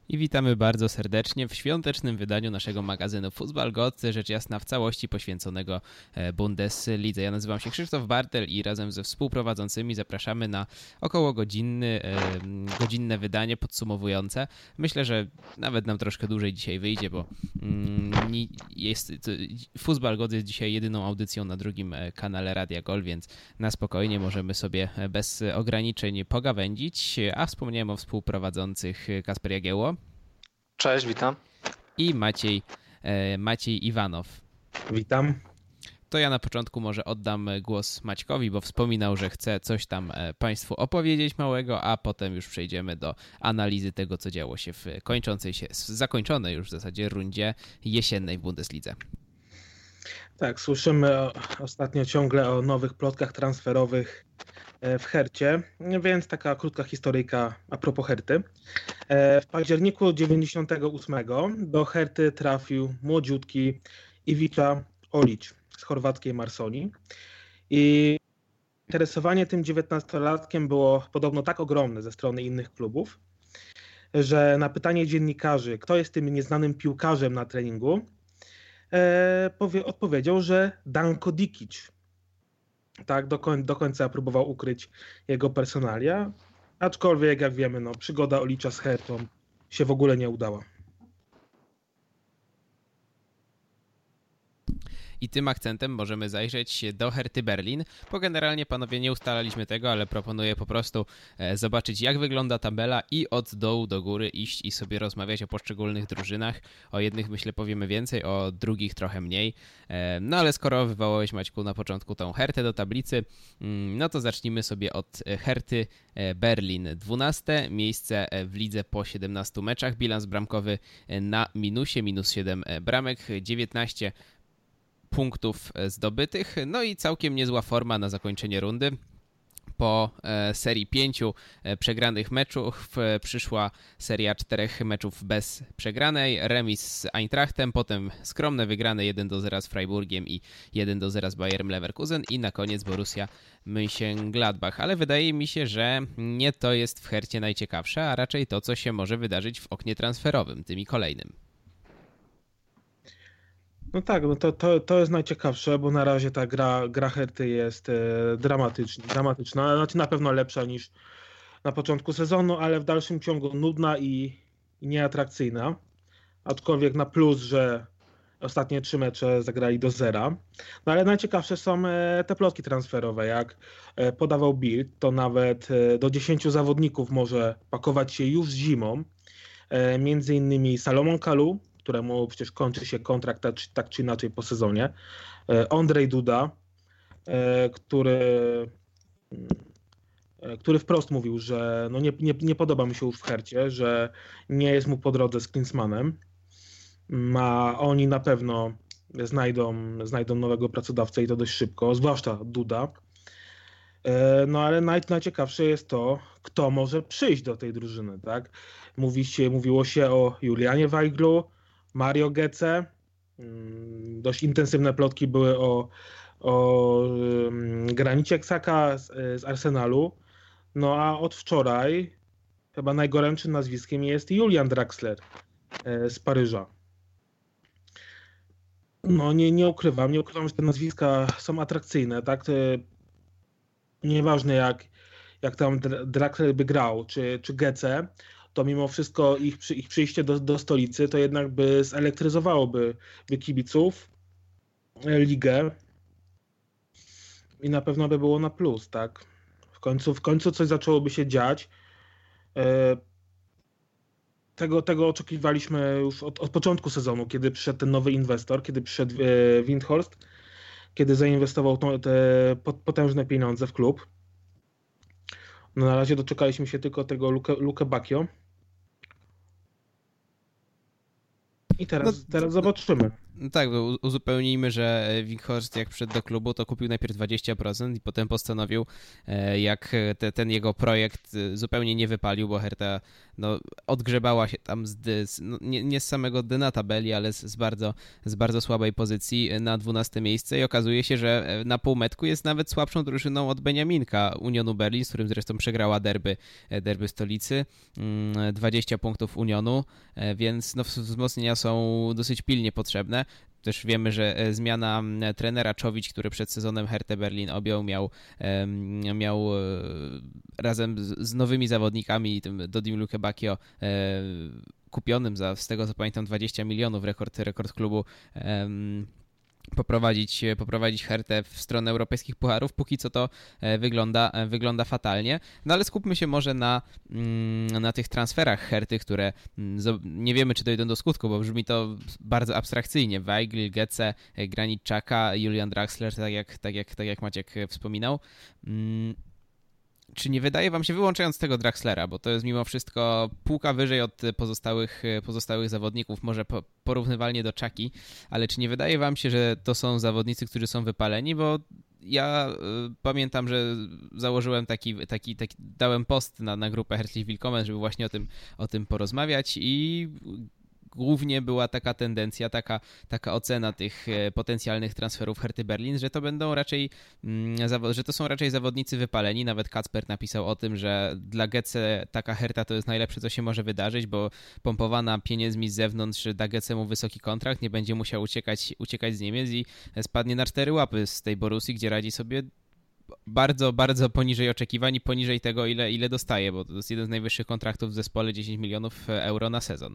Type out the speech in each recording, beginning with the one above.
I witamy bardzo serdecznie w świątecznym wydaniu naszego magazynu Fußball Gott, rzecz jasna w całości poświęconego Bundeslidze. Ja nazywam się Krzysztof Bartel i razem ze współprowadzącymi zapraszamy na około godzinne wydanie podsumowujące. Myślę, że nawet nam troszkę dłużej dzisiaj wyjdzie, bo Fußball Gott jest dzisiaj jedyną audycją na drugim kanale Radia Gol, więc na spokojnie możemy sobie bez ograniczeń pogawędzić. A wspomniałem o współprowadzących: Kasper Jagiełło. Cześć, witam. I Maciej Iwanow. Witam. To ja na początku może oddam głos Maćkowi, bo wspominał, że chce coś tam Państwu opowiedzieć małego, a potem już przejdziemy do analizy tego, co działo się w zakończonej już w zasadzie rundzie jesiennej w Bundeslidze. Tak, słyszymy ostatnio ciągle o nowych plotkach transferowych w Hercie, więc taka krótka historyjka a propos Herty. W październiku 98 do Herty trafił młodziutki Ivica Olić z chorwackiej Marsoni. I interesowanie tym 19-latkiem było podobno tak ogromne ze strony innych klubów, że na pytanie dziennikarzy, kto jest tym nieznanym piłkarzem na treningu, odpowiedział, że Danko Dikić. Tak, do końca próbował ukryć jego personalia, aczkolwiek jak wiemy, przygoda Olicza z Hertą się w ogóle nie udała. I tym akcentem możemy zajrzeć do Herty Berlin, bo generalnie, panowie, nie ustalaliśmy tego, ale proponuję po prostu zobaczyć, jak wygląda tabela i od dołu do góry iść i sobie rozmawiać o poszczególnych drużynach. O jednych, myślę, powiemy więcej, o drugich trochę mniej. No ale skoro wywołałeś, Maćku, na początku tą Hertę do tablicy, no to zacznijmy sobie od Herty Berlin. 12 miejsce w lidze po 17 meczach, bilans bramkowy na minusie, minus 7 bramek, 19 punktów zdobytych, no i całkiem niezła forma na zakończenie rundy. Po serii 5 przegranych meczów przyszła seria 4 meczów bez przegranej, remis z Eintrachtem, potem skromne wygrane 1-0 z Freiburgiem i 1-0 z Bayerem Leverkusen i na koniec Borussia Mönchengladbach. Ale wydaje mi się, że nie to jest w Hercie najciekawsze, a raczej to, co się może wydarzyć w oknie transferowym, tym i kolejnym. No tak, to jest najciekawsze, bo na razie ta gra Herty jest dramatyczna, znaczy na pewno lepsza niż na początku sezonu, ale w dalszym ciągu nudna i nieatrakcyjna. Aczkolwiek na plus, że ostatnie 3 mecze zagrali do 0. No ale najciekawsze są te plotki transferowe. Jak podawał Bild, to nawet do 10 zawodników może pakować się już zimą. Między innymi Salomon Kalou, któremu przecież kończy się kontrakt tak czy inaczej po sezonie. Ondrej Duda, który wprost mówił, że nie podoba mu się już w Hercie, że nie jest mu po drodze z Klinsmannem. Oni na pewno znajdą nowego pracodawcę i to dość szybko, zwłaszcza Duda. No ale najciekawsze jest to, kto może przyjść do tej drużyny. Tak? Mówiło się o Julianie Weiglu, Mario Götze. Dość intensywne plotki były o Granicie Xhaka z Arsenalu. No a od wczoraj chyba najgorętszym nazwiskiem jest Julian Draxler z Paryża. No nie ukrywam, że te nazwiska są atrakcyjne. Tak? Nieważne jak tam Draxler by grał, czy Götze, to mimo wszystko ich przyjście do stolicy to jednak by zelektryzowałoby kibiców, ligę i na pewno by było na plus, tak? W końcu coś zaczęłoby się dziać. Tego oczekiwaliśmy już od początku sezonu, kiedy przyszedł ten nowy inwestor, kiedy przyszedł Windhorst, kiedy zainwestował te potężne pieniądze w klub. No na razie doczekaliśmy się tylko tego Luke Bacchio. I teraz zobaczymy. Tak, bo uzupełnijmy, że Weghorst jak przyszedł do klubu, to kupił najpierw 20% i potem postanowił, jak ten jego projekt zupełnie nie wypalił, bo Hertha odgrzebała się tam nie z samego dna na tabeli, ale z bardzo słabej pozycji na 12 miejsce i okazuje się, że na półmetku jest nawet słabszą drużyną od Beniaminka, Unionu Berlin, z którym zresztą przegrała derby stolicy, 20 punktów Unionu, więc wzmocnienia są dosyć pilnie potrzebne. Też wiemy, że zmiana trenera Czović, który przed sezonem Hertę Berlin objął, miał razem z nowymi zawodnikami, tym Dodim Lukebakio, kupionym za, z tego co pamiętam, 20 milionów, rekord klubu, poprowadzić Hertę w stronę europejskich pucharów. Póki co to wygląda fatalnie. No ale skupmy się może na tych transferach Herty, które nie wiemy, czy dojdą do skutku, bo brzmi to bardzo abstrakcyjnie. Weigl, Götze, Granit Xhaka, Julian Draxler, tak jak Maciek wspominał. Czy nie wydaje wam się, wyłączając tego Draxlera, bo to jest mimo wszystko półka wyżej od pozostałych zawodników, może porównywalnie do Xhaki, ale czy nie wydaje wam się, że to są zawodnicy, którzy są wypaleni, bo ja pamiętam, że założyłem dałem post na grupę Herzlich Willkommen, żeby właśnie o tym porozmawiać i głównie była taka tendencja, taka ocena tych potencjalnych transferów Herty Berlin, że to będą raczej, że to są raczej zawodnicy wypaleni. Nawet Kacper napisał o tym, że dla Götze taka Herta to jest najlepsze, co się może wydarzyć, bo pompowana pieniędzmi z zewnątrz da Götzemu wysoki kontrakt, nie będzie musiał uciekać z Niemiec i spadnie na 4 łapy z tej Borussii, gdzie radzi sobie bardzo, bardzo poniżej oczekiwań i poniżej tego, ile dostaje, bo to jest jeden z najwyższych kontraktów w zespole, 10 milionów euro na sezon.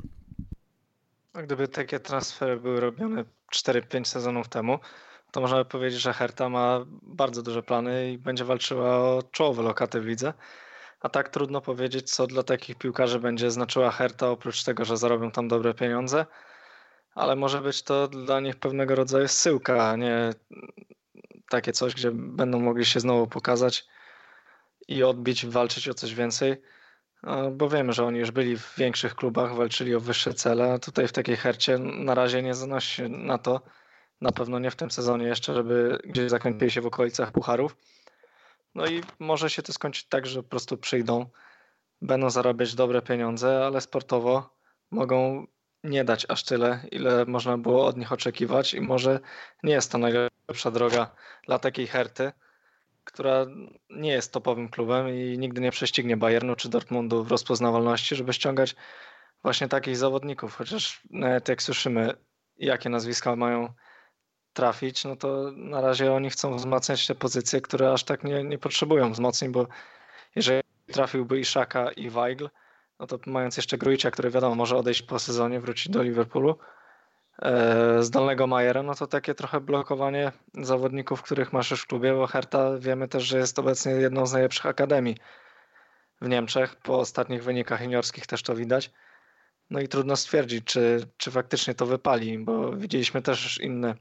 A gdyby takie transfery były robione 4-5 sezonów temu, to można by powiedzieć, że Hertha ma bardzo duże plany i będzie walczyła o czołowe lokaty w lidze. A tak trudno powiedzieć, co dla takich piłkarzy będzie znaczyła Hertha, oprócz tego, że zarobią tam dobre pieniądze. Ale może być to dla nich pewnego rodzaju zsyłka, a nie takie coś, gdzie będą mogli się znowu pokazać i odbić, walczyć o coś więcej. Bo wiemy, że oni już byli w większych klubach, walczyli o wyższe cele, a tutaj w takiej Hercie na razie nie zanosi się na to, na pewno nie w tym sezonie jeszcze, żeby gdzieś zakończyli się w okolicach pucharów. No i może się to skończyć tak, że po prostu przyjdą, będą zarabiać dobre pieniądze, ale sportowo mogą nie dać aż tyle, ile można było od nich oczekiwać i może nie jest to najlepsza droga dla takiej Herty, która nie jest topowym klubem i nigdy nie prześcignie Bayernu czy Dortmundu w rozpoznawalności, żeby ściągać właśnie takich zawodników. Chociaż nawet jak słyszymy, jakie nazwiska mają trafić, no to na razie oni chcą wzmacniać te pozycje, które aż tak nie potrzebują wzmocnień, bo jeżeli trafiłby i Xhaka i Weigl, no to mając jeszcze Grujicia, który wiadomo może odejść po sezonie, wrócić do Liverpoolu, zdolnego Majera, no to takie trochę blokowanie zawodników, których masz już w klubie, bo Hertha wiemy też, że jest obecnie jedną z najlepszych akademii w Niemczech. Po ostatnich wynikach juniorskich też to widać. No i trudno stwierdzić, czy faktycznie to wypali, bo widzieliśmy też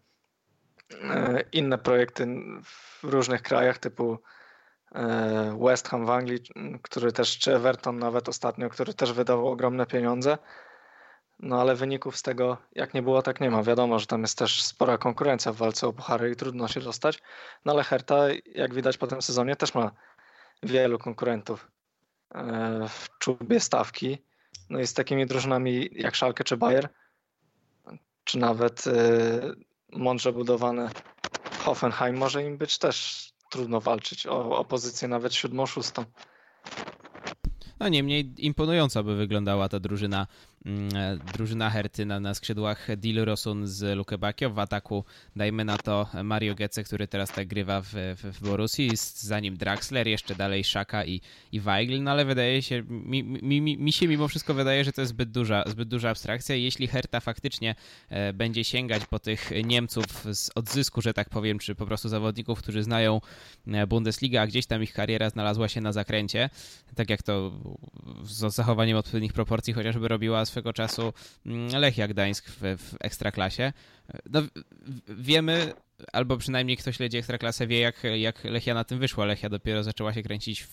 inne projekty w różnych krajach, typu West Ham w Anglii, który też, czy Everton nawet ostatnio, który też wydawał ogromne pieniądze. No ale wyników z tego jak nie było, tak nie ma. Wiadomo, że tam jest też spora konkurencja w walce o puchary i trudno się dostać. No ale Hertha, jak widać po tym sezonie, też ma wielu konkurentów w czubie stawki. No i z takimi drużynami jak Schalke czy Bayer, czy nawet mądrze budowane Hoffenheim, może im być też trudno walczyć o pozycję nawet 7., 6. No niemniej imponująco by wyglądała ta drużyna Herty na skrzydłach Dilrosun z Lukebakio, w ataku dajmy na to Mario Götze, który teraz tak grywa w Borussii, za nim Draxler, jeszcze dalej Xhaka i Weigl, no ale wydaje się, mi się mimo wszystko wydaje, że to jest zbyt duża abstrakcja i jeśli Herta faktycznie będzie sięgać po tych Niemców z odzysku, że tak powiem, czy po prostu zawodników, którzy znają Bundesligę, a gdzieś tam ich kariera znalazła się na zakręcie, tak jak to z zachowaniem odpowiednich proporcji chociażby robiła swego czasu Lechia Gdańsk w Ekstraklasie. No, wiemy, albo przynajmniej kto śledzi Ekstraklasę wie, jak Lechia na tym wyszła. Lechia dopiero zaczęła się kręcić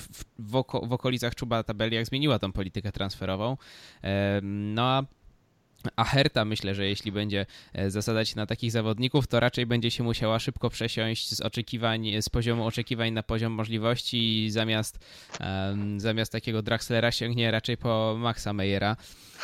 w okolicach czuba tabeli, jak zmieniła tą politykę transferową. No a A Hertha myślę, że jeśli będzie zasadać na takich zawodników, to raczej będzie się musiała szybko przesiąść z poziomu oczekiwań na poziom możliwości i zamiast takiego Draxlera sięgnie raczej po Maxa Meyera.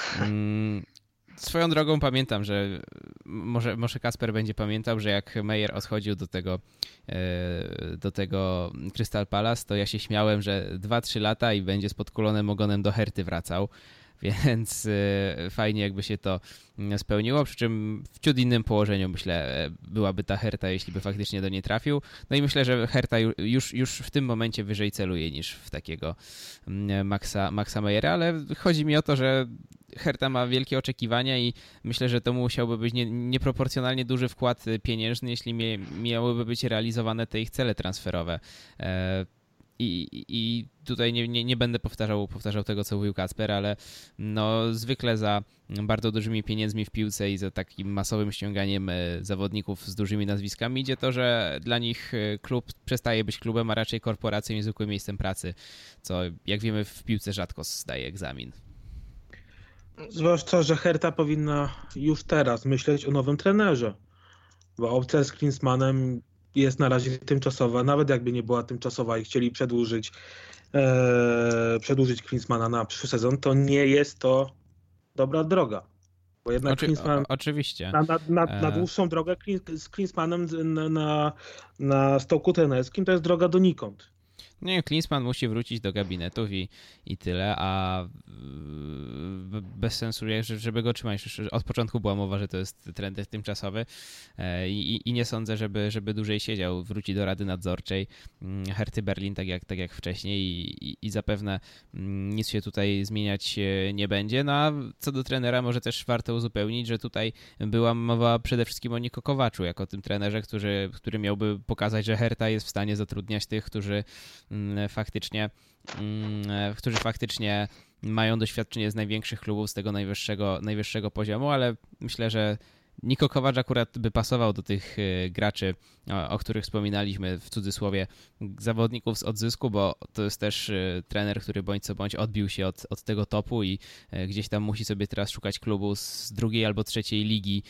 Swoją drogą pamiętam, że może Kasper będzie pamiętał, że jak Meyer odchodził do tego Crystal Palace, to ja się śmiałem, że 2-3 lata i będzie z podkulonym ogonem do Herty wracał. Więc fajnie jakby się to spełniło, przy czym w ciut innym położeniu myślę byłaby ta Hertha, jeśli by faktycznie do niej trafił. No i myślę, że Hertha już w tym momencie wyżej celuje niż w takiego Maxa Meyera, ale chodzi mi o to, że Hertha ma wielkie oczekiwania i myślę, że to musiałby być nieproporcjonalnie duży wkład pieniężny, jeśli miałyby być realizowane te ich cele transferowe. I tutaj nie będę powtarzał tego, co mówił Kacper, ale no zwykle za bardzo dużymi pieniędzmi w piłce i za takim masowym ściąganiem zawodników z dużymi nazwiskami idzie to, że dla nich klub przestaje być klubem, a raczej korporacją i zwykłym miejscem pracy, co jak wiemy w piłce rzadko zdaje egzamin. Zwłaszcza, że Hertha powinna już teraz myśleć o nowym trenerze, bo opcja z Klinsmannem jest na razie tymczasowa, nawet jakby nie była tymczasowa i chcieli przedłużyć Klinsmana na przyszły sezon, to nie jest to dobra droga. Bo jednak Klinsmann oczywiście. Na dłuższą drogę z Klinsmannem na stołku trenerskim to jest droga donikąd. Nie, Klinsmann musi wrócić do gabinetów i tyle, a bez sensu, żeby go trzymać. Od początku była mowa, że to jest trend tymczasowy i nie sądzę, żeby dłużej siedział. Wróci do Rady Nadzorczej Herty Berlin, tak jak wcześniej i zapewne nic się tutaj zmieniać nie będzie. No a co do trenera, może też warto uzupełnić, że tutaj była mowa przede wszystkim o Niko Kovaczu, jako tym trenerze, który miałby pokazać, że Hertha jest w stanie zatrudniać tych, którzy faktycznie mają doświadczenie z największych klubów, z tego najwyższego poziomu, ale myślę, że Niko Kovac akurat by pasował do tych graczy, o których wspominaliśmy w cudzysłowie, zawodników z odzysku, bo to jest też trener, który bądź co bądź odbił się od tego topu i gdzieś tam musi sobie teraz szukać klubu z drugiej albo trzeciej ligi,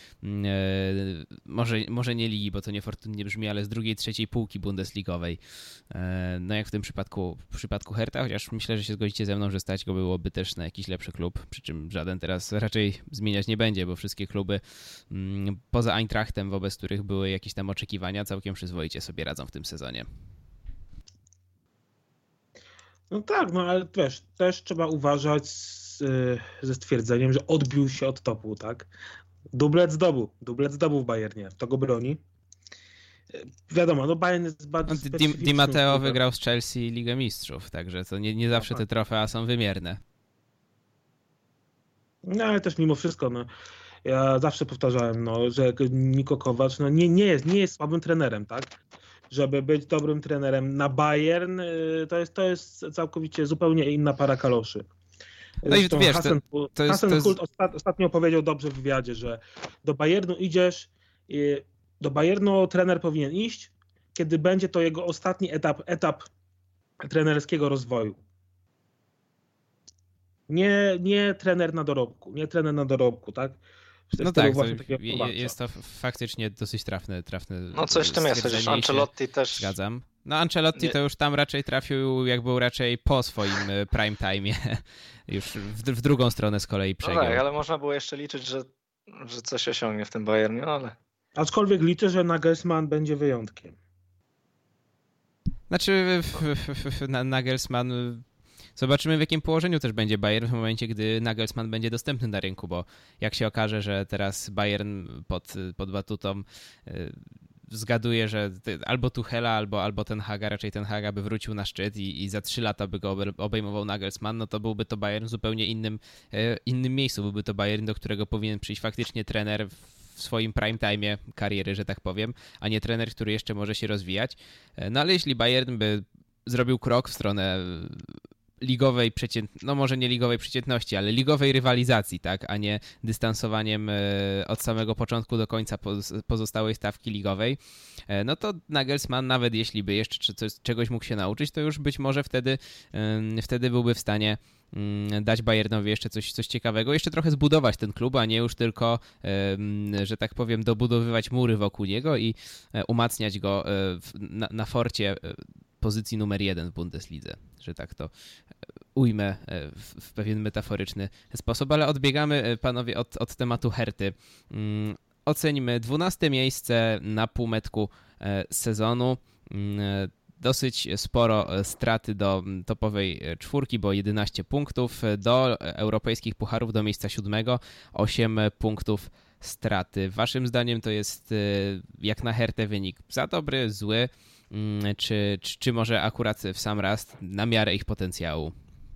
może nie ligi, bo to niefortunnie brzmi, ale z drugiej, trzeciej półki bundesligowej. No jak w tym przypadku Hertha, chociaż myślę, że się zgodzicie ze mną, że stać go byłoby też na jakiś lepszy klub, przy czym żaden teraz raczej zmieniać nie będzie, bo wszystkie kluby poza Eintrachtem, wobec których były jakieś tam oczekiwania, całkiem przyzwoicie sobie radzą w tym sezonie. No tak, no ale też trzeba uważać ze stwierdzeniem, że odbił się od topu, tak? Dublet zdobył w Bayernie, to go broni. Wiadomo, no Bayern jest bardzo specyficzny. Di Matteo wygrał z Chelsea Ligę Mistrzów, także to nie zawsze te trofea są wymierne. No ale też mimo wszystko, no ja zawsze powtarzałem, że Niko Kovac nie jest słabym trenerem, tak? Żeby być dobrym trenerem na Bayern, to jest całkowicie zupełnie inna para kaloszy. No i wiesz, Hasenhüttl ostatnio powiedział dobrze w wywiadzie, że do Bayernu idziesz, do Bayernu trener powinien iść, kiedy będzie to jego ostatni etap trenerskiego rozwoju. Nie trener na dorobku, tak? No tak, jest to faktycznie dosyć trafne. No coś w tym jest, chociaż Ancelotti też. Zgadzam. No Ancelotti to już tam raczej trafił, jak był raczej po swoim prime time'ie. Już w drugą stronę z kolei przegiął. No tak, ale można było jeszcze liczyć, że coś osiągnie w tym Bayernie, no ale... Aczkolwiek liczę, że Nagelsmann będzie wyjątkiem. Znaczy Nagelsmann... Zobaczymy, w jakim położeniu też będzie Bayern w momencie, gdy Nagelsmann będzie dostępny na rynku, bo jak się okaże, że teraz Bayern pod batutą zgaduje, że albo Tuchela, albo Ten Haga, raczej Ten Haga by wrócił na szczyt i za 3 lata by go obejmował Nagelsmann, no to byłby to Bayern w zupełnie innym miejscu. Byłby to Bayern, do którego powinien przyjść faktycznie trener w swoim prime time'ie kariery, że tak powiem, a nie trener, który jeszcze może się rozwijać. No ale jeśli Bayern by zrobił krok w stronę ligowej no może nie ligowej przeciętności, ale ligowej rywalizacji, tak, a nie dystansowaniem od samego początku do końca pozostałej stawki ligowej, no to Nagelsmann, nawet jeśli by jeszcze czegoś mógł się nauczyć, to już być może wtedy byłby w stanie dać Bayernowi jeszcze coś ciekawego, jeszcze trochę zbudować ten klub, a nie już tylko, że tak powiem, dobudowywać mury wokół niego i umacniać go na forcie pozycji numer 1 w Bundeslidze, że tak to ujmę w pewien metaforyczny sposób, ale odbiegamy, panowie, od tematu Herty. Oceńmy 12 miejsce na półmetku sezonu. Dosyć sporo straty do topowej czwórki, bo 11 punktów, do europejskich pucharów, do miejsca 7, 8 punktów straty. Waszym zdaniem to jest jak na Hertę wynik za dobry, zły, czy może akurat w sam raz na miarę ich potencjału?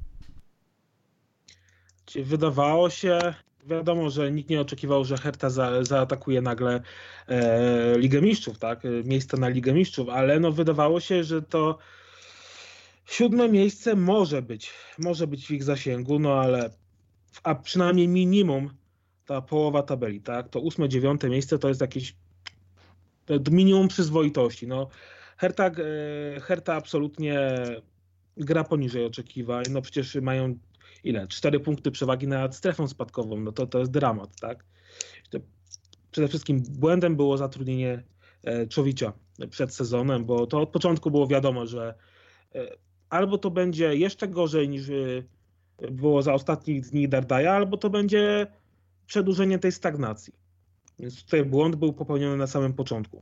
Wydawało się, wiadomo, że nikt nie oczekiwał, że Herta zaatakuje nagle Ligę Mistrzów, tak? Miejsce na Ligę Mistrzów, ale no wydawało się, że to 7 miejsce może być w ich zasięgu, no ale a przynajmniej minimum ta połowa tabeli, tak? To 8, 9 miejsce to jest jakieś minimum przyzwoitości. No, Herta absolutnie gra poniżej oczekiwań, no przecież mają 4 punkty przewagi nad strefą spadkową, no to jest dramat, tak? Przede wszystkim błędem było zatrudnienie Czowicza przed sezonem, bo to od początku było wiadomo, że albo to będzie jeszcze gorzej niż było za ostatnich dni Dardaja, albo to będzie przedłużenie tej stagnacji. Więc tutaj błąd był popełniony na samym początku.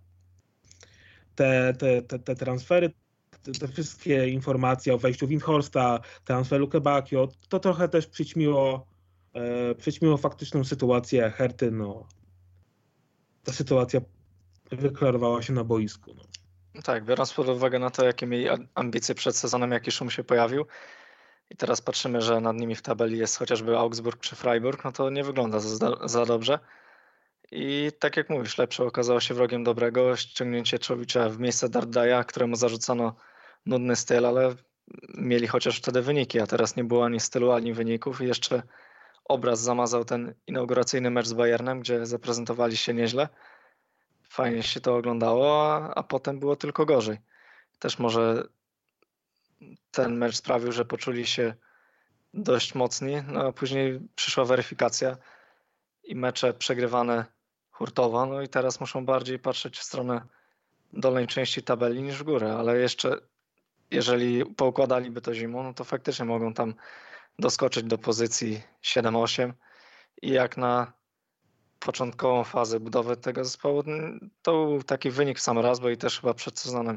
Te transfery, te wszystkie informacje o wejściu Windhorsta, transferu Kebakio, to trochę też przyćmiło faktyczną sytuację Herty. No, ta sytuacja wyklarowała się na boisku. No. Tak, biorąc pod uwagę na to, jakie mieli ambicje przed sezonem, jaki szum się pojawił i teraz patrzymy, że nad nimi w tabeli jest chociażby Augsburg czy Freiburg, no to nie wygląda za dobrze. I tak jak mówisz, lepsze okazało się wrogiem dobrego. Ściągnięcie Czowicza w miejsce Dardaja, któremu zarzucano nudny styl, ale mieli chociaż wtedy wyniki, a teraz nie było ani stylu, ani wyników i jeszcze obraz zamazał ten inauguracyjny mecz z Bayernem, gdzie zaprezentowali się nieźle. Fajnie się to oglądało, a potem było tylko gorzej. Też może ten mecz sprawił, że poczuli się dość mocni, no a później przyszła weryfikacja i mecze przegrywane hurtowo, no i teraz muszą bardziej patrzeć w stronę dolnej części tabeli niż w górę, ale jeszcze jeżeli poukładaliby to zimą, no to faktycznie mogą tam doskoczyć do pozycji 7-8 i jak na początkową fazę budowy tego zespołu, to był taki wynik w sam raz, bo i też chyba przed sezonem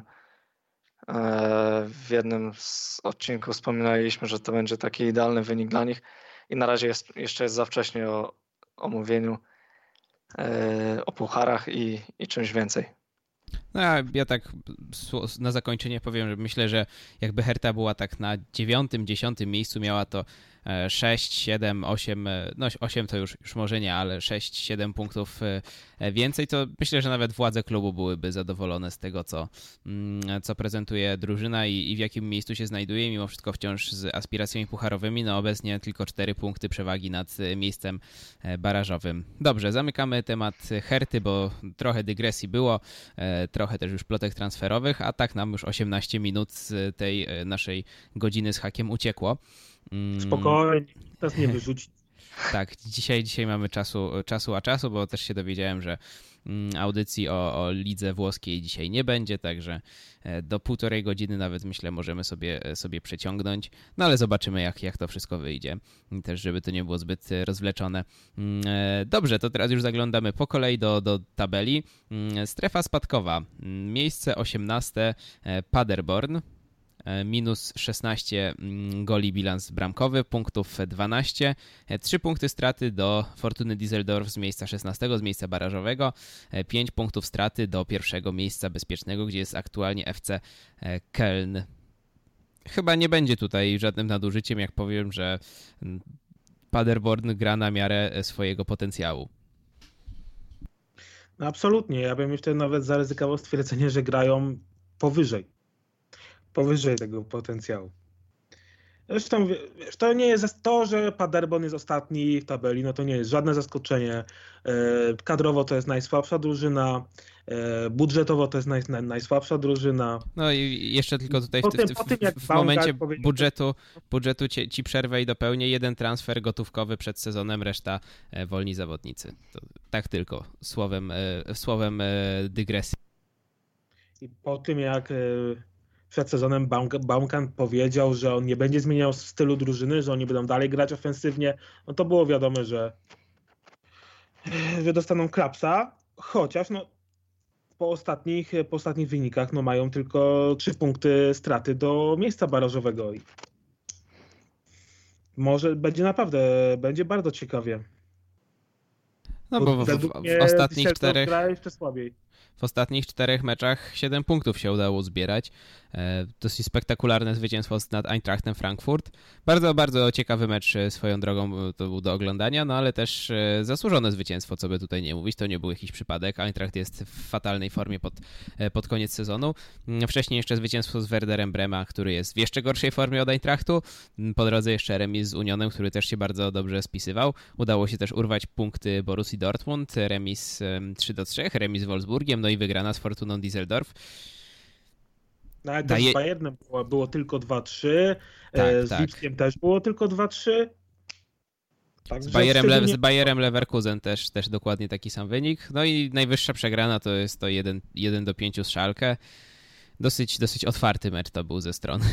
w jednym z odcinków wspominaliśmy, że to będzie taki idealny wynik dla nich i na razie jeszcze jest za wcześnie o mówieniu o pucharach i czymś więcej. No, ja tak na zakończenie powiem, że myślę, że jakby Herta była tak na 9., 10. miejscu, miała to 6, 7, 8, no 8 to już może nie, ale 6, 7 punktów więcej, to myślę, że nawet władze klubu byłyby zadowolone z tego, co prezentuje drużyna i w jakim miejscu się znajduje, mimo wszystko wciąż z aspiracjami pucharowymi, no obecnie tylko 4 punkty przewagi nad miejscem barażowym. Dobrze, zamykamy temat Herty, bo trochę dygresji było, trochę też już plotek transferowych, a tak nam już 18 minut z tej naszej godziny z hakiem uciekło. Spokojnie, teraz nie wyrzucić. Tak, dzisiaj mamy czasu, bo też się dowiedziałem, że audycji o lidze włoskiej dzisiaj nie będzie, także do 1,5 godziny nawet myślę możemy sobie przeciągnąć, no ale zobaczymy jak to wszystko wyjdzie, też żeby to nie było zbyt rozwleczone. Dobrze, to teraz już zaglądamy po kolei do tabeli. Strefa spadkowa, miejsce 18 Paderborn. Minus 16 goli bilans bramkowy, punktów 12, 3 punkty straty do Fortuny Düsseldorf z miejsca 16, z miejsca barażowego, 5 punktów straty do pierwszego miejsca bezpiecznego, gdzie jest aktualnie FC Köln. Chyba nie będzie tutaj żadnym nadużyciem, jak powiem, że Paderborn gra na miarę swojego potencjału. No absolutnie, ja bym jeszcze nawet zaryzykował stwierdzenie, że grają powyżej tego potencjału. Zresztą to nie jest to, że Paderborn jest ostatni w tabeli, no to nie jest żadne zaskoczenie. Kadrowo to jest najsłabsza drużyna, budżetowo to jest najsłabsza drużyna. No i jeszcze tylko tutaj w Baumgart momencie powiedział, budżetu ci przerwę i dopełnię. Jeden transfer gotówkowy przed sezonem, reszta wolni zawodnicy. To tak tylko słowem dygresji. I po tym jak przed sezonem Baumgart powiedział, że on nie będzie zmieniał stylu drużyny, że oni będą dalej grać ofensywnie, no to było wiadome, że dostaną klapsa, chociaż no po ostatnich wynikach no mają tylko 3 punkty straty do miejsca barażowego i może będzie bardzo ciekawie. No bo w ostatnich 4 meczach 7 punktów się udało zbierać. Dosyć spektakularne zwycięstwo nad Eintrachtem Frankfurt. Bardzo, bardzo ciekawy mecz swoją drogą to był do oglądania, no ale też zasłużone zwycięstwo, co by tutaj nie mówić. To nie był jakiś przypadek. Eintracht jest w fatalnej formie pod koniec sezonu. Wcześniej jeszcze zwycięstwo z Werderem Brema, który jest w jeszcze gorszej formie od Eintrachtu. Po drodze jeszcze remis z Unionem, który też się bardzo dobrze spisywał. Udało się też urwać punkty Borussii Dortmund, remis 3-3, remis z Wolfsburgiem, no i wygrana z Fortuną Düsseldorf. Nawet z Bayernem było tylko 2-3, z Lipskiem też było tylko 2-3. Z Bayerem Leverkusen też dokładnie taki sam wynik. No i najwyższa przegrana to jest to 1-5 z Schalke. Dosyć otwarty mecz to był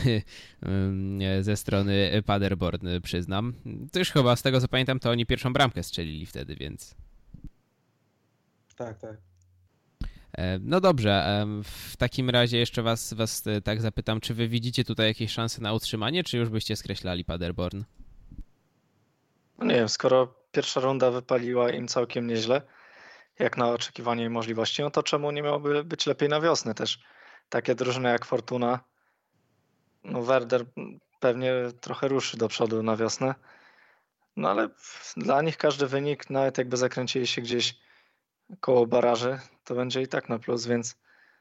ze strony Paderborn, przyznam. To już chyba z tego co pamiętam, to oni pierwszą bramkę strzelili wtedy, więc... Tak. No dobrze, w takim razie jeszcze was tak zapytam, czy wy widzicie tutaj jakieś szanse na utrzymanie, czy już byście skreślali Paderborn? No nie wiem, skoro pierwsza runda wypaliła im całkiem nieźle, jak na oczekiwanie i możliwości, no to czemu nie miałoby być lepiej na wiosnę też? Takie drużyny jak Fortuna, no Werder pewnie trochę ruszy do przodu na wiosnę, no ale dla nich każdy wynik, nawet jakby zakręcili się gdzieś koło baraży, to będzie i tak na plus, więc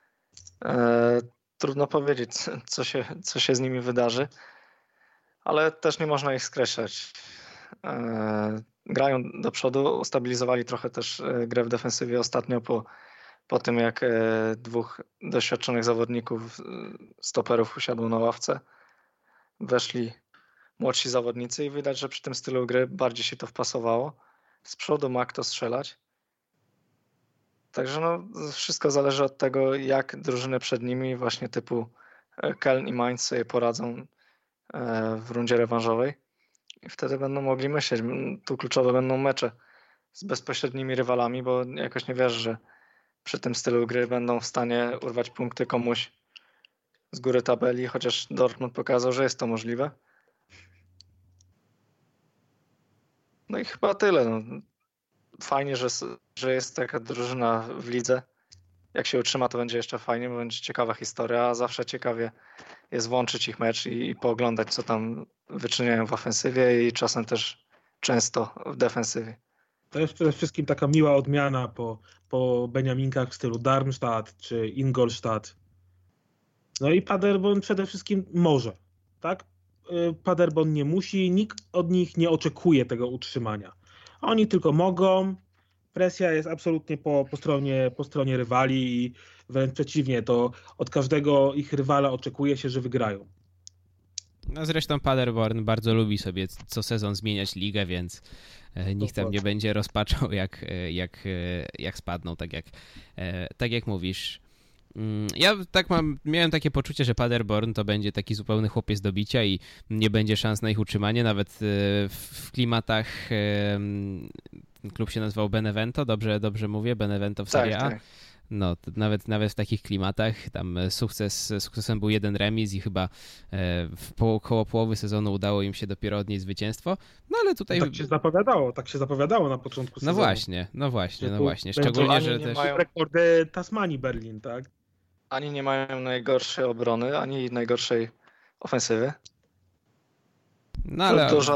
trudno powiedzieć, co się z nimi wydarzy, ale też nie można ich skreślać. Grają do przodu, ustabilizowali trochę też grę w defensywie ostatnio po tym, jak 2 doświadczonych zawodników, stoperów usiadło na ławce. Weszli młodsi zawodnicy i widać, że przy tym stylu gry bardziej się to wpasowało. Z przodu ma kto strzelać. Także no, wszystko zależy od tego, jak drużyny przed nimi, właśnie typu Köln i Mainz sobie poradzą w rundzie rewanżowej. I wtedy będą mogli myśleć. Tu kluczowe będą mecze z bezpośrednimi rywalami, bo jakoś nie wierzę, że przy tym stylu gry będą w stanie urwać punkty komuś z góry tabeli, chociaż Dortmund pokazał, że jest to możliwe. No i chyba tyle. No. Fajnie, że jest taka drużyna w lidze. Jak się utrzyma, to będzie jeszcze fajnie, bo będzie ciekawa historia, a zawsze ciekawie jest włączyć ich mecz i pooglądać, co tam wyczyniają w ofensywie i czasem też często w defensywie. To jest przede wszystkim taka miła odmiana po Beniaminkach w stylu Darmstadt czy Ingolstadt. No i Paderborn przede wszystkim może, tak? Paderborn nie musi, nikt od nich nie oczekuje tego utrzymania. Oni tylko mogą, presja jest absolutnie po stronie rywali i wręcz przeciwnie, to od każdego ich rywala oczekuje się, że wygrają. No zresztą Paderborn bardzo lubi sobie co sezon zmieniać ligę, więc nikt tam nie będzie rozpaczał jak spadną, tak jak mówisz. Ja miałem takie poczucie, że Paderborn to będzie taki zupełny chłopiec do bicia i nie będzie szans na ich utrzymanie, nawet w klimatach klub się nazywał Benevento, dobrze mówię, Benevento w Serie A. Tak. No, nawet w takich klimatach tam sukcesem był 1 remis i chyba koło połowy sezonu udało im się dopiero odnieść zwycięstwo. No ale tutaj... Tak się zapowiadało na początku sezonu. No właśnie. Szczególnie, że też... Rekordy Tasmanii Berlin, tak? Ani nie mają najgorszej obrony, ani najgorszej ofensywy. No ale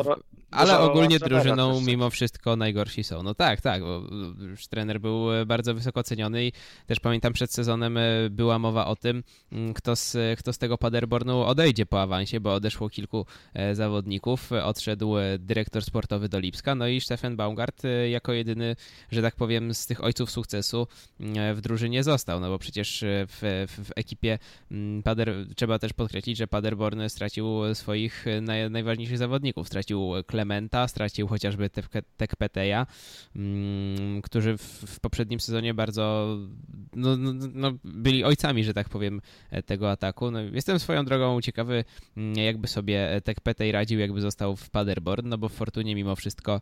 ale ogólnie drużyną mimo wszystko najgorsi są. No tak, bo już trener był bardzo wysoko ceniony i też pamiętam przed sezonem była mowa o tym, kto z tego Paderbornu odejdzie po awansie, bo odeszło kilku zawodników, odszedł dyrektor sportowy do Lipska, no i Steffen Baumgart jako jedyny, że tak powiem, z tych ojców sukcesu w drużynie został, no bo przecież w ekipie trzeba też podkreślić, że Paderborn stracił swoich najważniejszych zawodników, stracił Klementa, stracił chociażby Tekpeteja, którzy w poprzednim sezonie bardzo byli ojcami, że tak powiem, tego ataku. No, jestem swoją drogą ciekawy, jakby sobie Tekpetej radził, jakby został w Paderborn, no bo w Fortunie mimo wszystko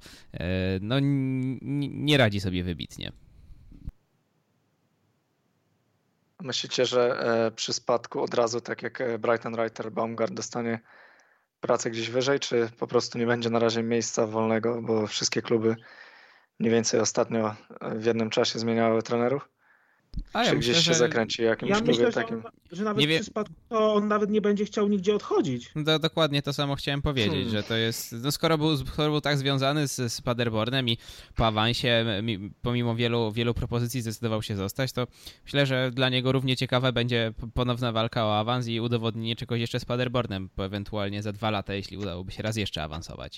nie radzi sobie wybitnie. Myślicie, że przy spadku od razu, tak jak Brighton Reiter, Baumgart dostanie pracę gdzieś wyżej, czy po prostu nie będzie na razie miejsca wolnego, bo wszystkie kluby mniej więcej ostatnio w jednym czasie zmieniały trenerów? Czy gdzieś się zakręci jakimś klubie takim? Że nawet przy spadku to on nawet nie będzie chciał nigdzie odchodzić. Dokładnie to samo chciałem powiedzieć, że to jest, skoro był tak związany z Paderbornem i po awansie, pomimo wielu propozycji zdecydował się zostać, to myślę, że dla niego równie ciekawa będzie ponowna walka o awans i udowodnienie czegoś jeszcze z Paderbornem, ewentualnie za 2 lata, jeśli udałoby się raz jeszcze awansować.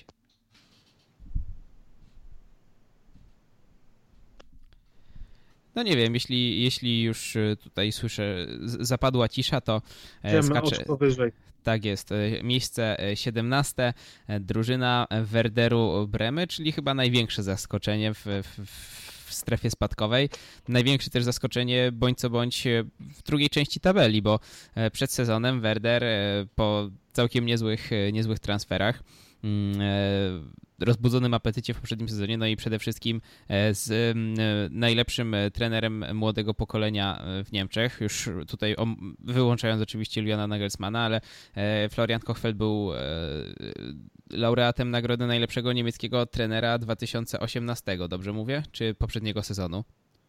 No nie wiem, jeśli już tutaj słyszę, zapadła cisza, to skaczę. Wyżej. Tak jest. Miejsce 17. Drużyna Werderu Bremy, czyli chyba największe zaskoczenie w strefie spadkowej. Największe też zaskoczenie bądź co bądź w drugiej części tabeli, bo przed sezonem Werder po całkiem niezłych transferach, rozbudzonym apetycie w poprzednim sezonie, no i przede wszystkim z najlepszym trenerem młodego pokolenia w Niemczech, już tutaj wyłączając oczywiście Juliana Nagelsmana, ale Florian Kohfeldt był laureatem nagrody najlepszego niemieckiego trenera 2018, dobrze mówię? Czy poprzedniego sezonu?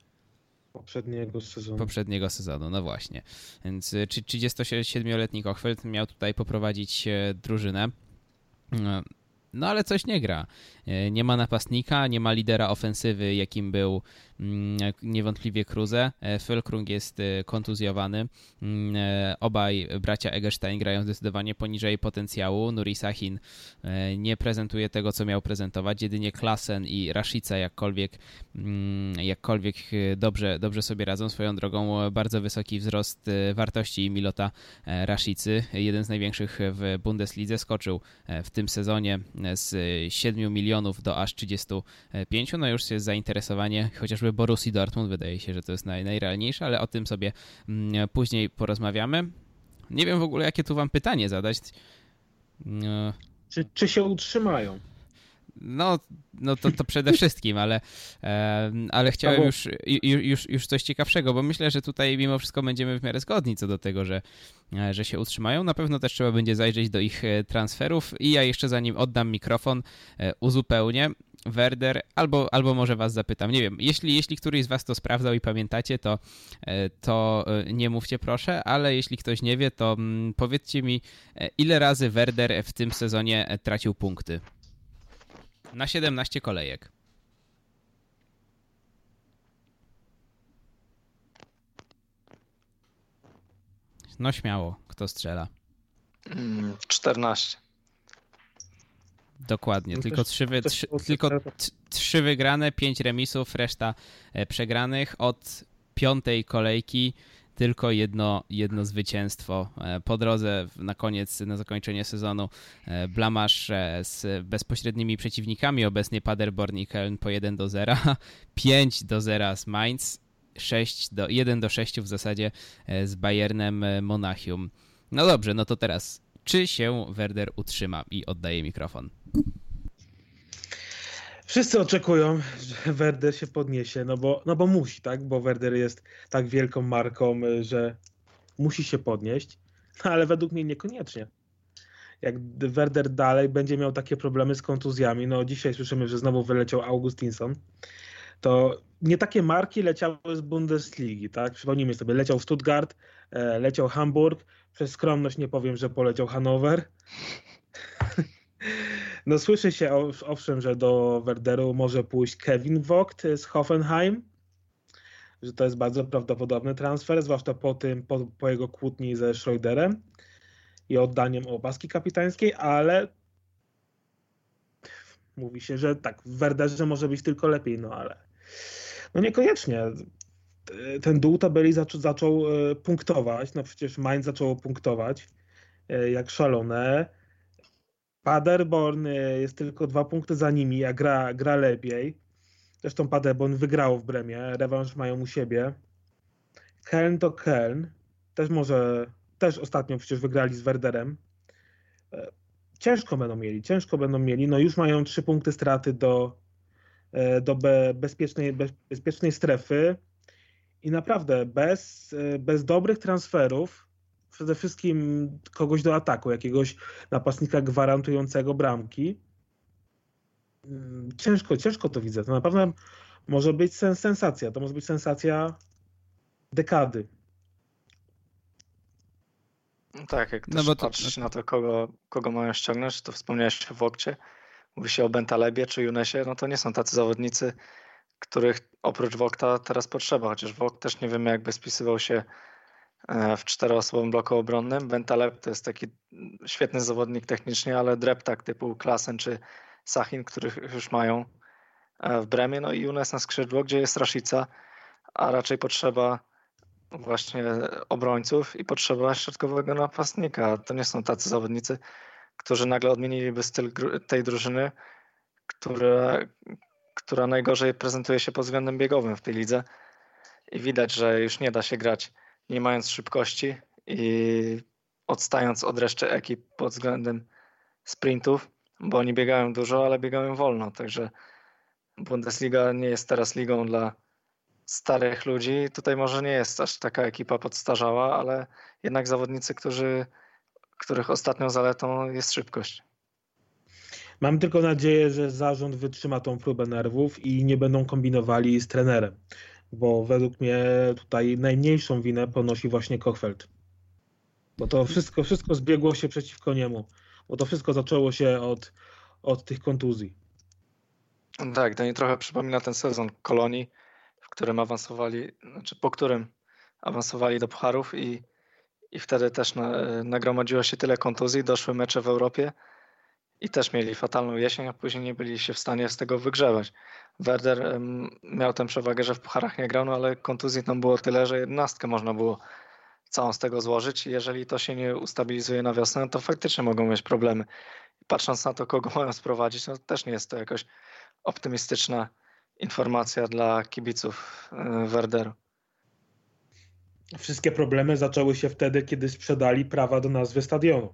Poprzedniego sezonu, no właśnie. Więc 37-letni Kohfeldt miał tutaj poprowadzić drużynę. No ale coś nie gra. Nie ma napastnika, nie ma lidera ofensywy, jakim był niewątpliwie Kruse. Füllkrug jest kontuzjowany. Obaj bracia Eggestein grają zdecydowanie poniżej potencjału. Nuri Sahin nie prezentuje tego, co miał prezentować. Jedynie Klassen i Rashica jakkolwiek dobrze sobie radzą. Swoją drogą bardzo wysoki wzrost wartości Milota Rashicy. Jeden z największych w Bundeslidze, skoczył w tym sezonie z 7 milionów do aż 35. No już jest zainteresowanie chociażby Borussii Dortmund. Wydaje się, że to jest najrealniejsze, ale o tym sobie później porozmawiamy. Nie wiem w ogóle, jakie tu wam pytanie zadać. Czy się utrzymają? No to przede wszystkim, ale chciałem już coś ciekawszego, bo myślę, że tutaj mimo wszystko będziemy w miarę zgodni co do tego, że się utrzymają. Na pewno też trzeba będzie zajrzeć do ich transferów i ja jeszcze zanim oddam mikrofon, uzupełnię. Werder, albo może was zapytam, nie wiem, jeśli któryś z was to sprawdzał i pamiętacie, to nie mówcie proszę, ale jeśli ktoś nie wie, to powiedzcie mi, ile razy Werder w tym sezonie tracił punkty? Na 17 kolejek. No śmiało, kto strzela? 14. Dokładnie, tylko 3 wygrane, 5 remisów, reszta przegranych. Od 5. kolejki tylko jedno zwycięstwo. Po drodze na zakończenie sezonu blamaż z bezpośrednimi przeciwnikami, obecnie Paderborn i Köln po 1-0, 5-0 z Mainz, 1-6 w zasadzie z Bayernem Monachium. No dobrze, no to teraz, czy się Werder utrzyma? I oddaję mikrofon. Wszyscy oczekują, że Werder się podniesie, no bo musi, tak? Bo Werder jest tak wielką marką, że musi się podnieść, no ale według mnie niekoniecznie. Jak Werder dalej będzie miał takie problemy z kontuzjami, no dzisiaj słyszymy, że znowu wyleciał Augustinsson, to nie takie marki leciały z Bundesligi, tak? Przypomnijmy sobie, leciał Stuttgart, leciał Hamburg, przez skromność nie powiem, że poleciał Hannover. No słyszy się owszem, że do Werderu może pójść Kevin Vogt z Hoffenheim, że to jest bardzo prawdopodobny transfer, zwłaszcza po jego kłótni ze Schreuderem i oddaniem opaski kapitańskiej, ale mówi się, że tak, w Werderze może być tylko lepiej, no ale no niekoniecznie. Ten dół tabeli zaczął punktować, no przecież Mainz zaczęło punktować jak szalone. Paderborn jest tylko 2 punkty za nimi, a gra lepiej. Zresztą Paderborn wygrało w Bremie, rewanż mają u siebie. Köln to Köln, też ostatnio przecież wygrali z Werderem. Ciężko będą mieli. No już mają 3 punkty straty do bezpiecznej strefy i naprawdę bez dobrych transferów, przede wszystkim kogoś do ataku, jakiegoś napastnika gwarantującego bramki, ciężko to widzę. To naprawdę może być sensacja. To może być sensacja dekady. Tak, jak też patrzeć na to, kogo mają ściągnąć, to wspomniałeś o Wogcie, mówi się o Bentalebie czy Younesie, no to nie są tacy zawodnicy, których oprócz Wogta teraz potrzeba, chociaż Vogt też nie wiemy, jakby spisywał się w 4-osobowym bloku obronnym. Bentaleb to jest taki świetny zawodnik technicznie, ale dreptak typu Klaassen czy Sachin, których już mają w Bremie, no i Younes na skrzydło, gdzie jest Rashica, a raczej potrzeba właśnie obrońców i potrzeba środkowego napastnika. To nie są tacy zawodnicy, którzy nagle odmieniliby styl tej drużyny, która najgorzej prezentuje się pod względem biegowym w tej lidze. I widać, że już nie da się grać nie mając szybkości i odstając od reszty ekip pod względem sprintów, bo oni biegają dużo, ale biegają wolno. Także Bundesliga nie jest teraz ligą dla starych ludzi. Tutaj może nie jest aż taka ekipa podstarzała, ale jednak zawodnicy, których ostatnią zaletą jest szybkość. Mam tylko nadzieję, że zarząd wytrzyma tą próbę nerwów i nie będą kombinowali z trenerem, bo według mnie tutaj najmniejszą winę ponosi właśnie Kochfeld. Bo to wszystko zbiegło się przeciwko niemu, bo to wszystko zaczęło się od tych kontuzji. Tak, to mi trochę przypomina ten sezon Kolonii, po którym awansowali do pucharów i wtedy też nagromadziło się tyle kontuzji, doszły mecze w Europie i też mieli fatalną jesień, a później nie byli się w stanie z tego wygrzebać. Werder miał tę przewagę, że w pucharach nie grał, no ale kontuzji tam było tyle, że 11 można było całą z tego złożyć i jeżeli to się nie ustabilizuje na wiosnę, to faktycznie mogą mieć problemy. Patrząc na to, kogo mają sprowadzić, no też nie jest to jakoś optymistyczna informacja dla kibiców Werderu. Wszystkie problemy zaczęły się wtedy, kiedy sprzedali prawa do nazwy stadionu.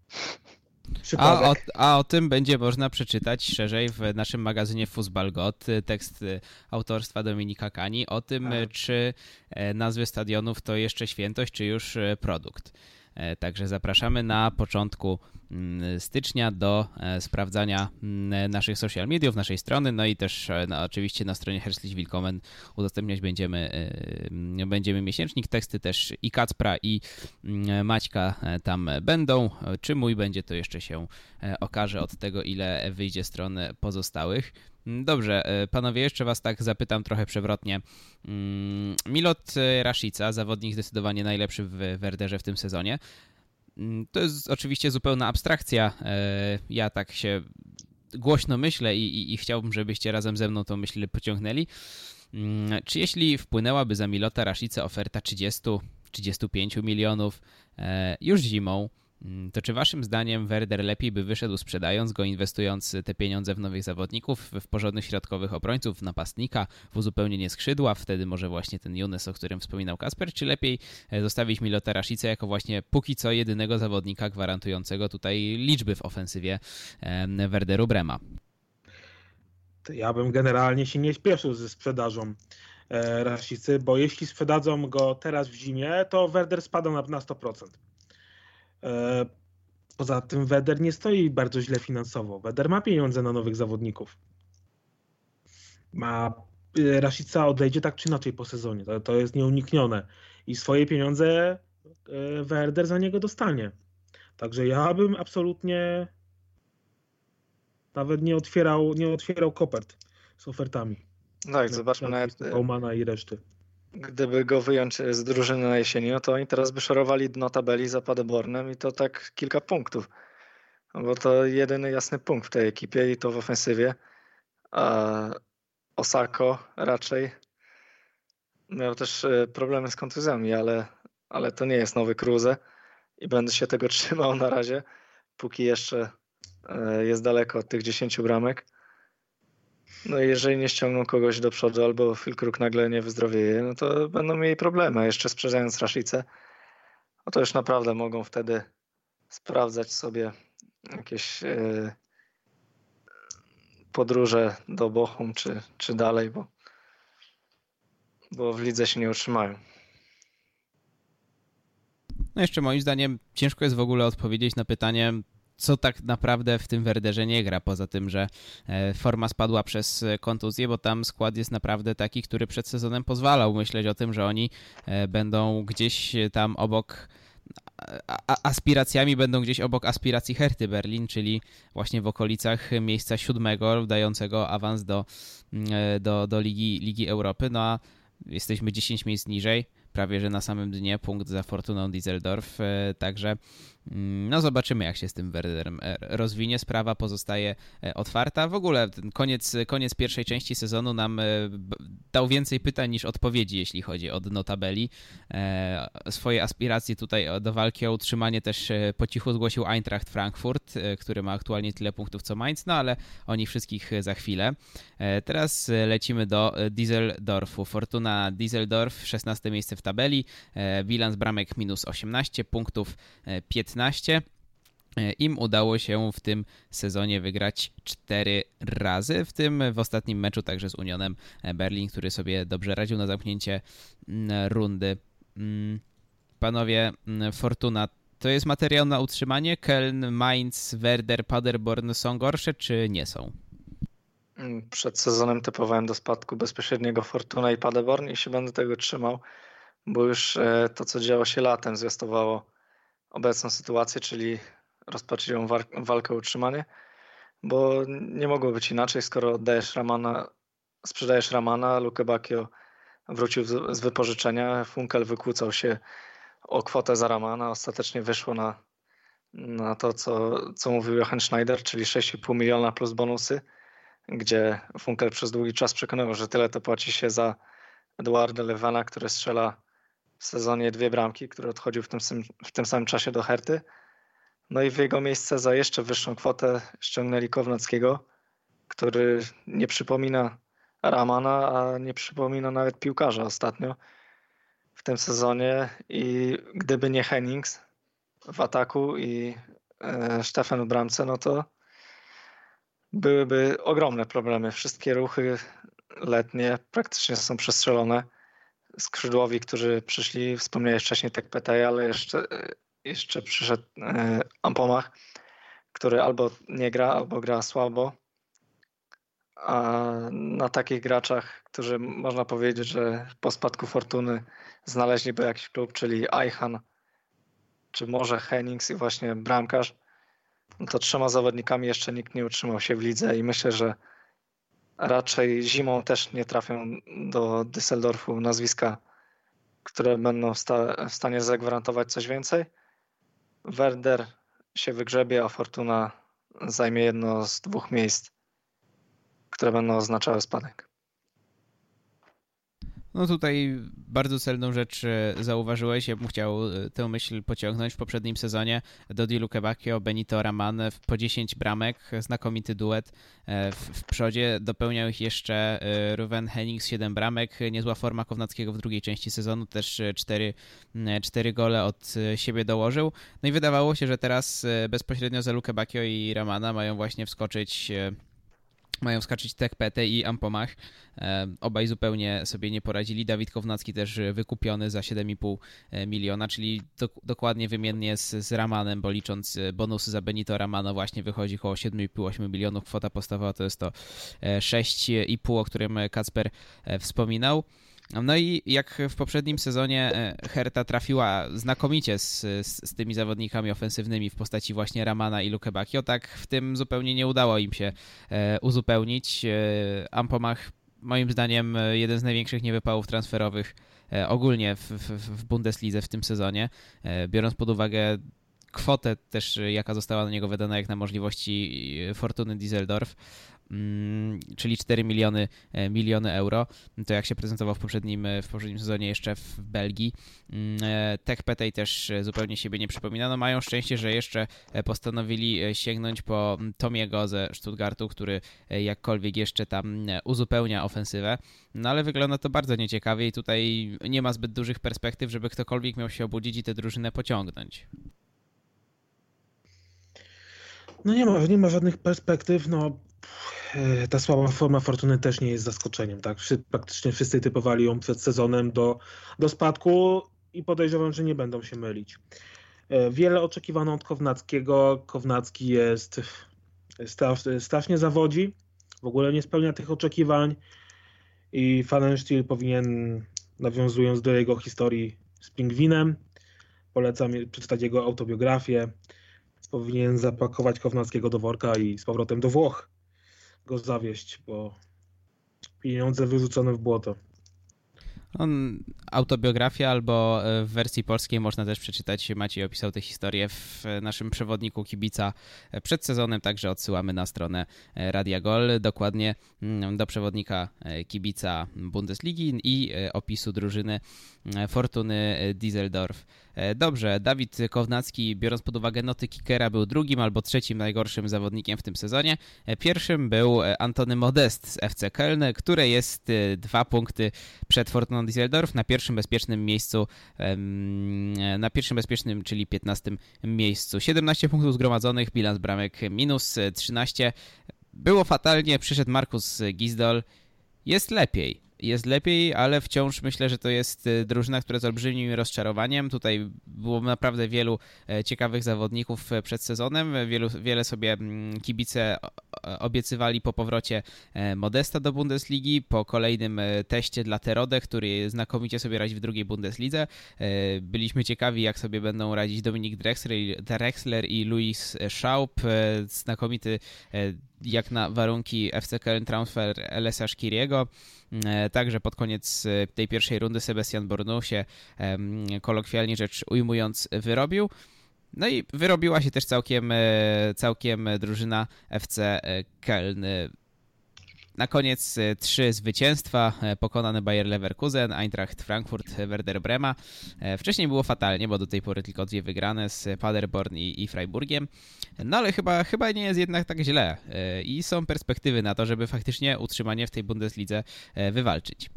A o tym będzie można przeczytać szerzej w naszym magazynie Fußballgott, tekst autorstwa Dominika Kani, o tym, czy nazwy stadionów to jeszcze świętość, czy już produkt. Także zapraszamy na początku stycznia do sprawdzania naszych social mediów, naszej strony, no i też oczywiście na stronie Herzlich Willkommen udostępniać będziemy miesięcznik. Teksty też i Kacpra, i Maćka tam będą. Czy mój będzie, to jeszcze się okaże od tego, ile wyjdzie stron pozostałych. Dobrze, panowie, jeszcze was tak zapytam trochę przewrotnie. Milot Rashica, zawodnik zdecydowanie najlepszy w Werderze w tym sezonie. To jest oczywiście zupełna abstrakcja. Ja tak się głośno myślę i chciałbym, żebyście razem ze mną tą myśl pociągnęli. Czy jeśli wpłynęłaby za Milota Rashica oferta 30-35 milionów już zimą, to czy waszym zdaniem Werder lepiej by wyszedł sprzedając go, inwestując te pieniądze w nowych zawodników, w porządnych środkowych obrońców, w napastnika, w uzupełnienie skrzydła, wtedy może właśnie ten Younes, o którym wspominał Kasper, czy lepiej zostawić Milota Rashica jako właśnie póki co jedynego zawodnika gwarantującego tutaj liczby w ofensywie Werderu Brema? Ja bym generalnie się nie śpieszył ze sprzedażą Rashicy, bo jeśli sprzedadzą go teraz w zimie, to Werder spada na 100%. Poza tym Werder nie stoi bardzo źle finansowo. Werder ma pieniądze na nowych zawodników. Rashica odejdzie tak czy inaczej po sezonie. To jest nieuniknione. I swoje pieniądze Werder za niego dostanie. Także ja bym absolutnie Nawet nie otwierał kopert z ofertami. Tak, zobaczmy nawet Baumana i reszty. Gdyby go wyjąć z drużyny na jesieni, no to oni teraz by szorowali dno tabeli za Paderbornem i to tak kilka punktów. No bo to jedyny jasny punkt w tej ekipie i to w ofensywie. A Osako raczej miał też problemy z kontuzjami, ale to nie jest nowy Kruse i będę się tego trzymał na razie, póki jeszcze jest daleko od tych 10 bramek. No i jeżeli nie ściągną kogoś do przodu albo Füllkrug nagle nie wyzdrowieje, no to będą mieli problemy. A jeszcze sprzedając Rashicę, no to już naprawdę mogą wtedy sprawdzać sobie jakieś podróże do Bochum czy dalej, bo w lidze się nie utrzymają. No jeszcze moim zdaniem ciężko jest w ogóle odpowiedzieć na pytanie, co tak naprawdę w tym Werderze nie gra, poza tym, że forma spadła przez kontuzję, bo tam skład jest naprawdę taki, który przed sezonem pozwalał myśleć o tym, że oni będą gdzieś tam obok aspiracjami, będą gdzieś obok aspiracji Herty Berlin, czyli właśnie w okolicach miejsca 7, dającego awans do Ligi Europy, no a jesteśmy 10 miejsc niżej, prawie że na samym dnie, punkt za Fortuną Düsseldorf, także no zobaczymy, jak się z tym Werderem rozwinie. Sprawa pozostaje otwarta. W ogóle ten koniec pierwszej części sezonu nam dał więcej pytań niż odpowiedzi, jeśli chodzi o dno tabeli. Swoje aspiracje tutaj do walki o utrzymanie też po cichu zgłosił Eintracht Frankfurt, który ma aktualnie tyle punktów co Mainz, no ale o nich wszystkich za chwilę. Teraz lecimy do Düsseldorfu. Fortuna Düsseldorf, 16 miejsce w tabeli, bilans bramek minus 18, punktów 15. Im udało się w tym sezonie wygrać 4 razy, w tym w ostatnim meczu także z Unionem Berlin, który sobie dobrze radził na zamknięcie rundy. Panowie, Fortuna, to jest materiał na utrzymanie? Köln, Mainz, Werder, Paderborn są gorsze, czy nie są? Przed sezonem typowałem do spadku bezpośredniego Fortuna i Paderborn i się będę tego trzymał, bo już to, co działo się latem, zwiastowało obecną sytuację, czyli rozpoczęli walkę o utrzymanie, bo nie mogło być inaczej, skoro sprzedajesz Ramana, Luke Bacchio wrócił z wypożyczenia, Funkel wykłócał się o kwotę za Ramana, ostatecznie wyszło na to, co mówił Jochen Schneider, czyli 6,5 miliona plus bonusy, gdzie Funkel przez długi czas przekonywał, że tyle to płaci się za Eduarda Levana, który strzela w sezonie 2 bramki, który odchodził w tym samym czasie do Herty. No i w jego miejsce za jeszcze wyższą kwotę ściągnęli Kownackiego, który nie przypomina Ramana, a nie przypomina nawet piłkarza ostatnio w tym sezonie. I gdyby nie Hennings w ataku i Stefan w bramce, no to byłyby ogromne problemy. Wszystkie ruchy letnie praktycznie są przestrzelone. Skrzydłowi, którzy przyszli, wspomniałeś wcześniej Tekpetej, ale jeszcze przyszedł Ampomach, który albo nie gra, albo gra słabo. A na takich graczach, którzy można powiedzieć, że po spadku Fortuny znaleźliby jakiś klub, czyli Eichan, czy może Hennings i właśnie bramkarz, no to 3 zawodnikami jeszcze nikt nie utrzymał się w lidze i myślę, że raczej zimą też nie trafią do Düsseldorfu nazwiska, które będą w stanie zagwarantować coś więcej. Werder się wygrzebie, a Fortuna zajmie jedno z 2 miejsc, które będą oznaczały spadek. No tutaj bardzo celną rzecz zauważyłeś. Ja bym chciał tę myśl pociągnąć. W poprzednim sezonie Dodi Luke Bacchio, Benito Raman po 10 bramek, znakomity duet w przodzie. Dopełniał ich jeszcze Ruven Hennings, 7 bramek. Niezła forma Kownackiego w drugiej części sezonu, też 4 gole od siebie dołożył. No i wydawało się, że teraz bezpośrednio za Luke Bacchio i Ramana mają właśnie wskoczyć Tekpete i Ampomach. Obaj zupełnie sobie nie poradzili. Dawid Kownacki też wykupiony za 7,5 miliona, czyli dokładnie wymiennie z Ramanem, bo licząc bonusy za Benito Ramano właśnie wychodzi około 7,5-8 milionów. Kwota podstawowa to jest to 6,5, o którym Kacper wspominał. No i jak w poprzednim sezonie Hertha trafiła znakomicie z tymi zawodnikami ofensywnymi w postaci właśnie Ramana i Luke Bacchio, tak w tym zupełnie nie udało im się uzupełnić. Ampomach moim zdaniem jeden z największych niewypałów transferowych ogólnie w Bundeslidze w tym sezonie, biorąc pod uwagę kwotę też, jaka została na niego wydana jak na możliwości Fortuny Düsseldorf, czyli 4 miliony euro. To jak się prezentował w poprzednim sezonie jeszcze w Belgii. Tech Petej też zupełnie siebie nie przypomina. No mają szczęście, że jeszcze postanowili sięgnąć po Tomiego ze Stuttgartu, który jakkolwiek jeszcze tam uzupełnia ofensywę. No ale wygląda to bardzo nieciekawie i tutaj nie ma zbyt dużych perspektyw, żeby ktokolwiek miał się obudzić i tę drużynę pociągnąć. No nie ma żadnych perspektyw, no ta słaba forma Fortuny też nie jest zaskoczeniem, tak? Praktycznie wszyscy typowali ją przed sezonem do spadku i podejrzewam, że nie będą się mylić. Wiele oczekiwano od Kownackiego. Kownacki jest strasznie zawodzi, w ogóle nie spełnia tych oczekiwań i Pfannenstiel powinien, nawiązując do jego historii z Pingwinem, polecam przeczytać jego autobiografię, powinien zapakować Kownackiego do worka i z powrotem do Włoch go zawieźć, bo pieniądze wyrzucone w błoto. Autobiografia albo w wersji polskiej można też przeczytać, Maciej opisał tę historię w naszym przewodniku kibica przed sezonem, także odsyłamy na stronę Radia Gol, dokładnie do przewodnika kibica Bundesligi i opisu drużyny Fortuny Düsseldorf. Dobrze, Dawid Kownacki, biorąc pod uwagę noty kickera, był drugim albo trzecim najgorszym zawodnikiem w tym sezonie. Pierwszym był Antony Modest z FC Köln, które jest 2 punkty przed Fortuną Düsseldorf na pierwszym bezpiecznym, czyli 15 miejscu. 17 punktów zgromadzonych, bilans bramek minus 13. Było fatalnie, przyszedł Markus Gisdol. Jest lepiej, ale wciąż myślę, że to jest drużyna, która z olbrzymim rozczarowaniem. Tutaj było naprawdę wielu ciekawych zawodników przed sezonem. Wiele sobie kibice obiecywali po powrocie Modesta do Bundesligi, po kolejnym teście dla Terodde, który znakomicie sobie radzi w drugiej Bundeslidze. Byliśmy ciekawi, jak sobie będą radzić Dominik Drexler i Louis Schaub. Znakomity jak na warunki FC Köln transfer Elesa Szkiriego. Także pod koniec tej pierwszej rundy Sebastian Bournou się, kolokwialnie rzecz ujmując, wyrobił. No i wyrobiła się też całkiem drużyna FC Köln. Na koniec 3 zwycięstwa, pokonany Bayer Leverkusen, Eintracht Frankfurt, Werder Brema. Wcześniej było fatalnie, bo do tej pory tylko 2 wygrane z Paderborn i Freiburgiem. No ale chyba nie jest jednak tak źle i są perspektywy na to, żeby faktycznie utrzymanie w tej Bundeslidze wywalczyć.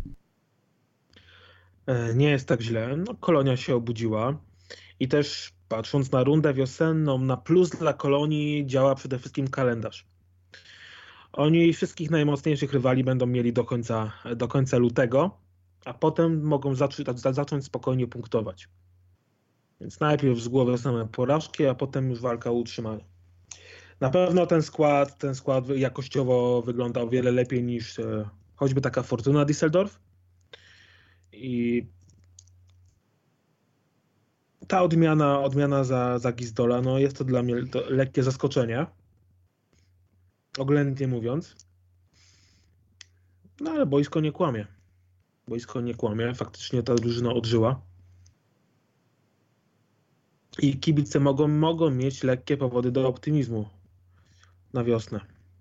Nie jest tak źle. No, Kolonia się obudziła i też patrząc na rundę wiosenną, na plus dla Kolonii działa przede wszystkim kalendarz. Oni wszystkich najmocniejszych rywali będą mieli do końca lutego, a potem mogą zacząć spokojnie punktować. Więc najpierw z głowy same porażki, a potem już walka o utrzymanie. Na pewno ten skład jakościowo wygląda o wiele lepiej niż choćby taka Fortuna Düsseldorf. I ta odmiana za Gisdola, no jest to dla mnie lekkie zaskoczenie. Oględnie mówiąc. No ale boisko nie kłamie. Faktycznie ta drużyna odżyła. I kibice mogą mieć lekkie powody do optymizmu na wiosnę.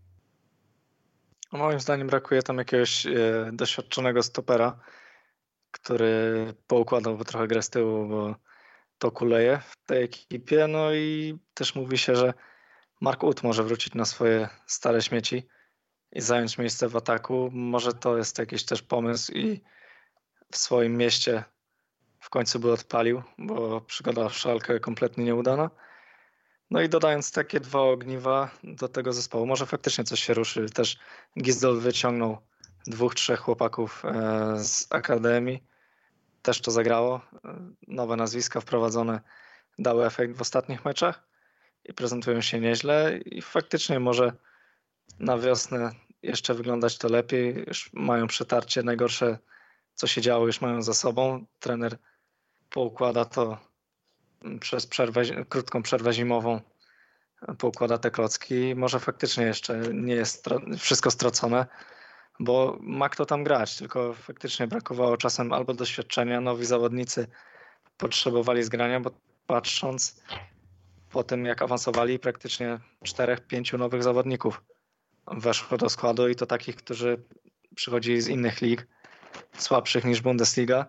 Moim zdaniem brakuje tam jakiegoś doświadczonego stopera, który poukładałby trochę grę z tyłu, bo to kuleje w tej ekipie. No i też mówi się, że Mark Uth może wrócić na swoje stare śmieci i zająć miejsce w ataku. Może to jest jakiś też pomysł i w swoim mieście w końcu by odpalił, bo przygoda w Schalke kompletnie nieudana. No i dodając takie 2 ogniwa do tego zespołu, może faktycznie coś się ruszy. Też Gisdol wyciągnął 2-3 chłopaków z akademii. Też to zagrało. Nowe nazwiska wprowadzone dały efekt w ostatnich meczach i prezentują się nieźle i faktycznie może na wiosnę jeszcze wyglądać to lepiej. Już mają przetarcie najgorsze co się działo, już mają za sobą. Trener poukłada to przez krótką przerwę zimową, poukłada te klocki. Może faktycznie jeszcze nie jest wszystko stracone, bo ma kto tam grać, tylko faktycznie brakowało czasem albo doświadczenia, nowi zawodnicy potrzebowali zgrania, bo patrząc po tym, jak awansowali, praktycznie 4-5 nowych zawodników weszło do składu i to takich, którzy przychodzili z innych lig, słabszych niż Bundesliga.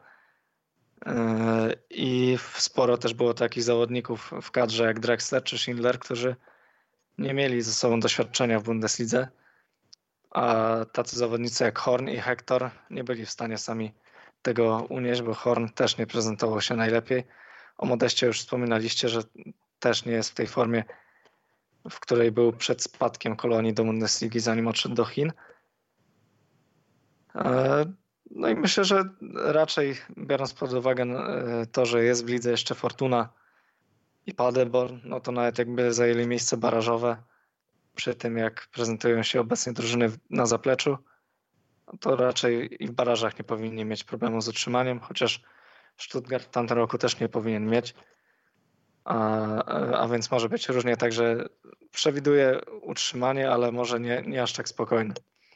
I sporo też było takich zawodników w kadrze jak Drexler czy Schindler, którzy nie mieli ze sobą doświadczenia w Bundeslidze, a tacy zawodnicy jak Horn i Hector nie byli w stanie sami tego unieść, bo Horn też nie prezentował się najlepiej. O Modeście już wspominaliście, że też nie jest w tej formie, w której był przed spadkiem Kolonii do Bundesligi, zanim odszedł do Chin. No i myślę, że raczej biorąc pod uwagę to, że jest w lidze jeszcze Fortuna i Paderborn, no to nawet jakby zajęli miejsce barażowe przy tym, jak prezentują się obecnie drużyny na zapleczu, to raczej i w barażach nie powinni mieć problemu z utrzymaniem, chociaż Stuttgart w tamtym roku też nie powinien mieć. A więc może być różnie, także przewiduję utrzymanie, ale może nie aż tak spokojne.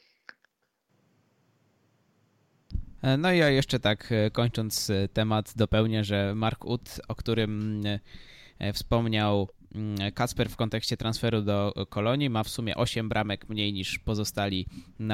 No i ja jeszcze tak kończąc temat dopełnię, że Mark Uth, o którym wspomniał Kacper w kontekście transferu do Kolonii, ma w sumie 8 bramek mniej niż pozostali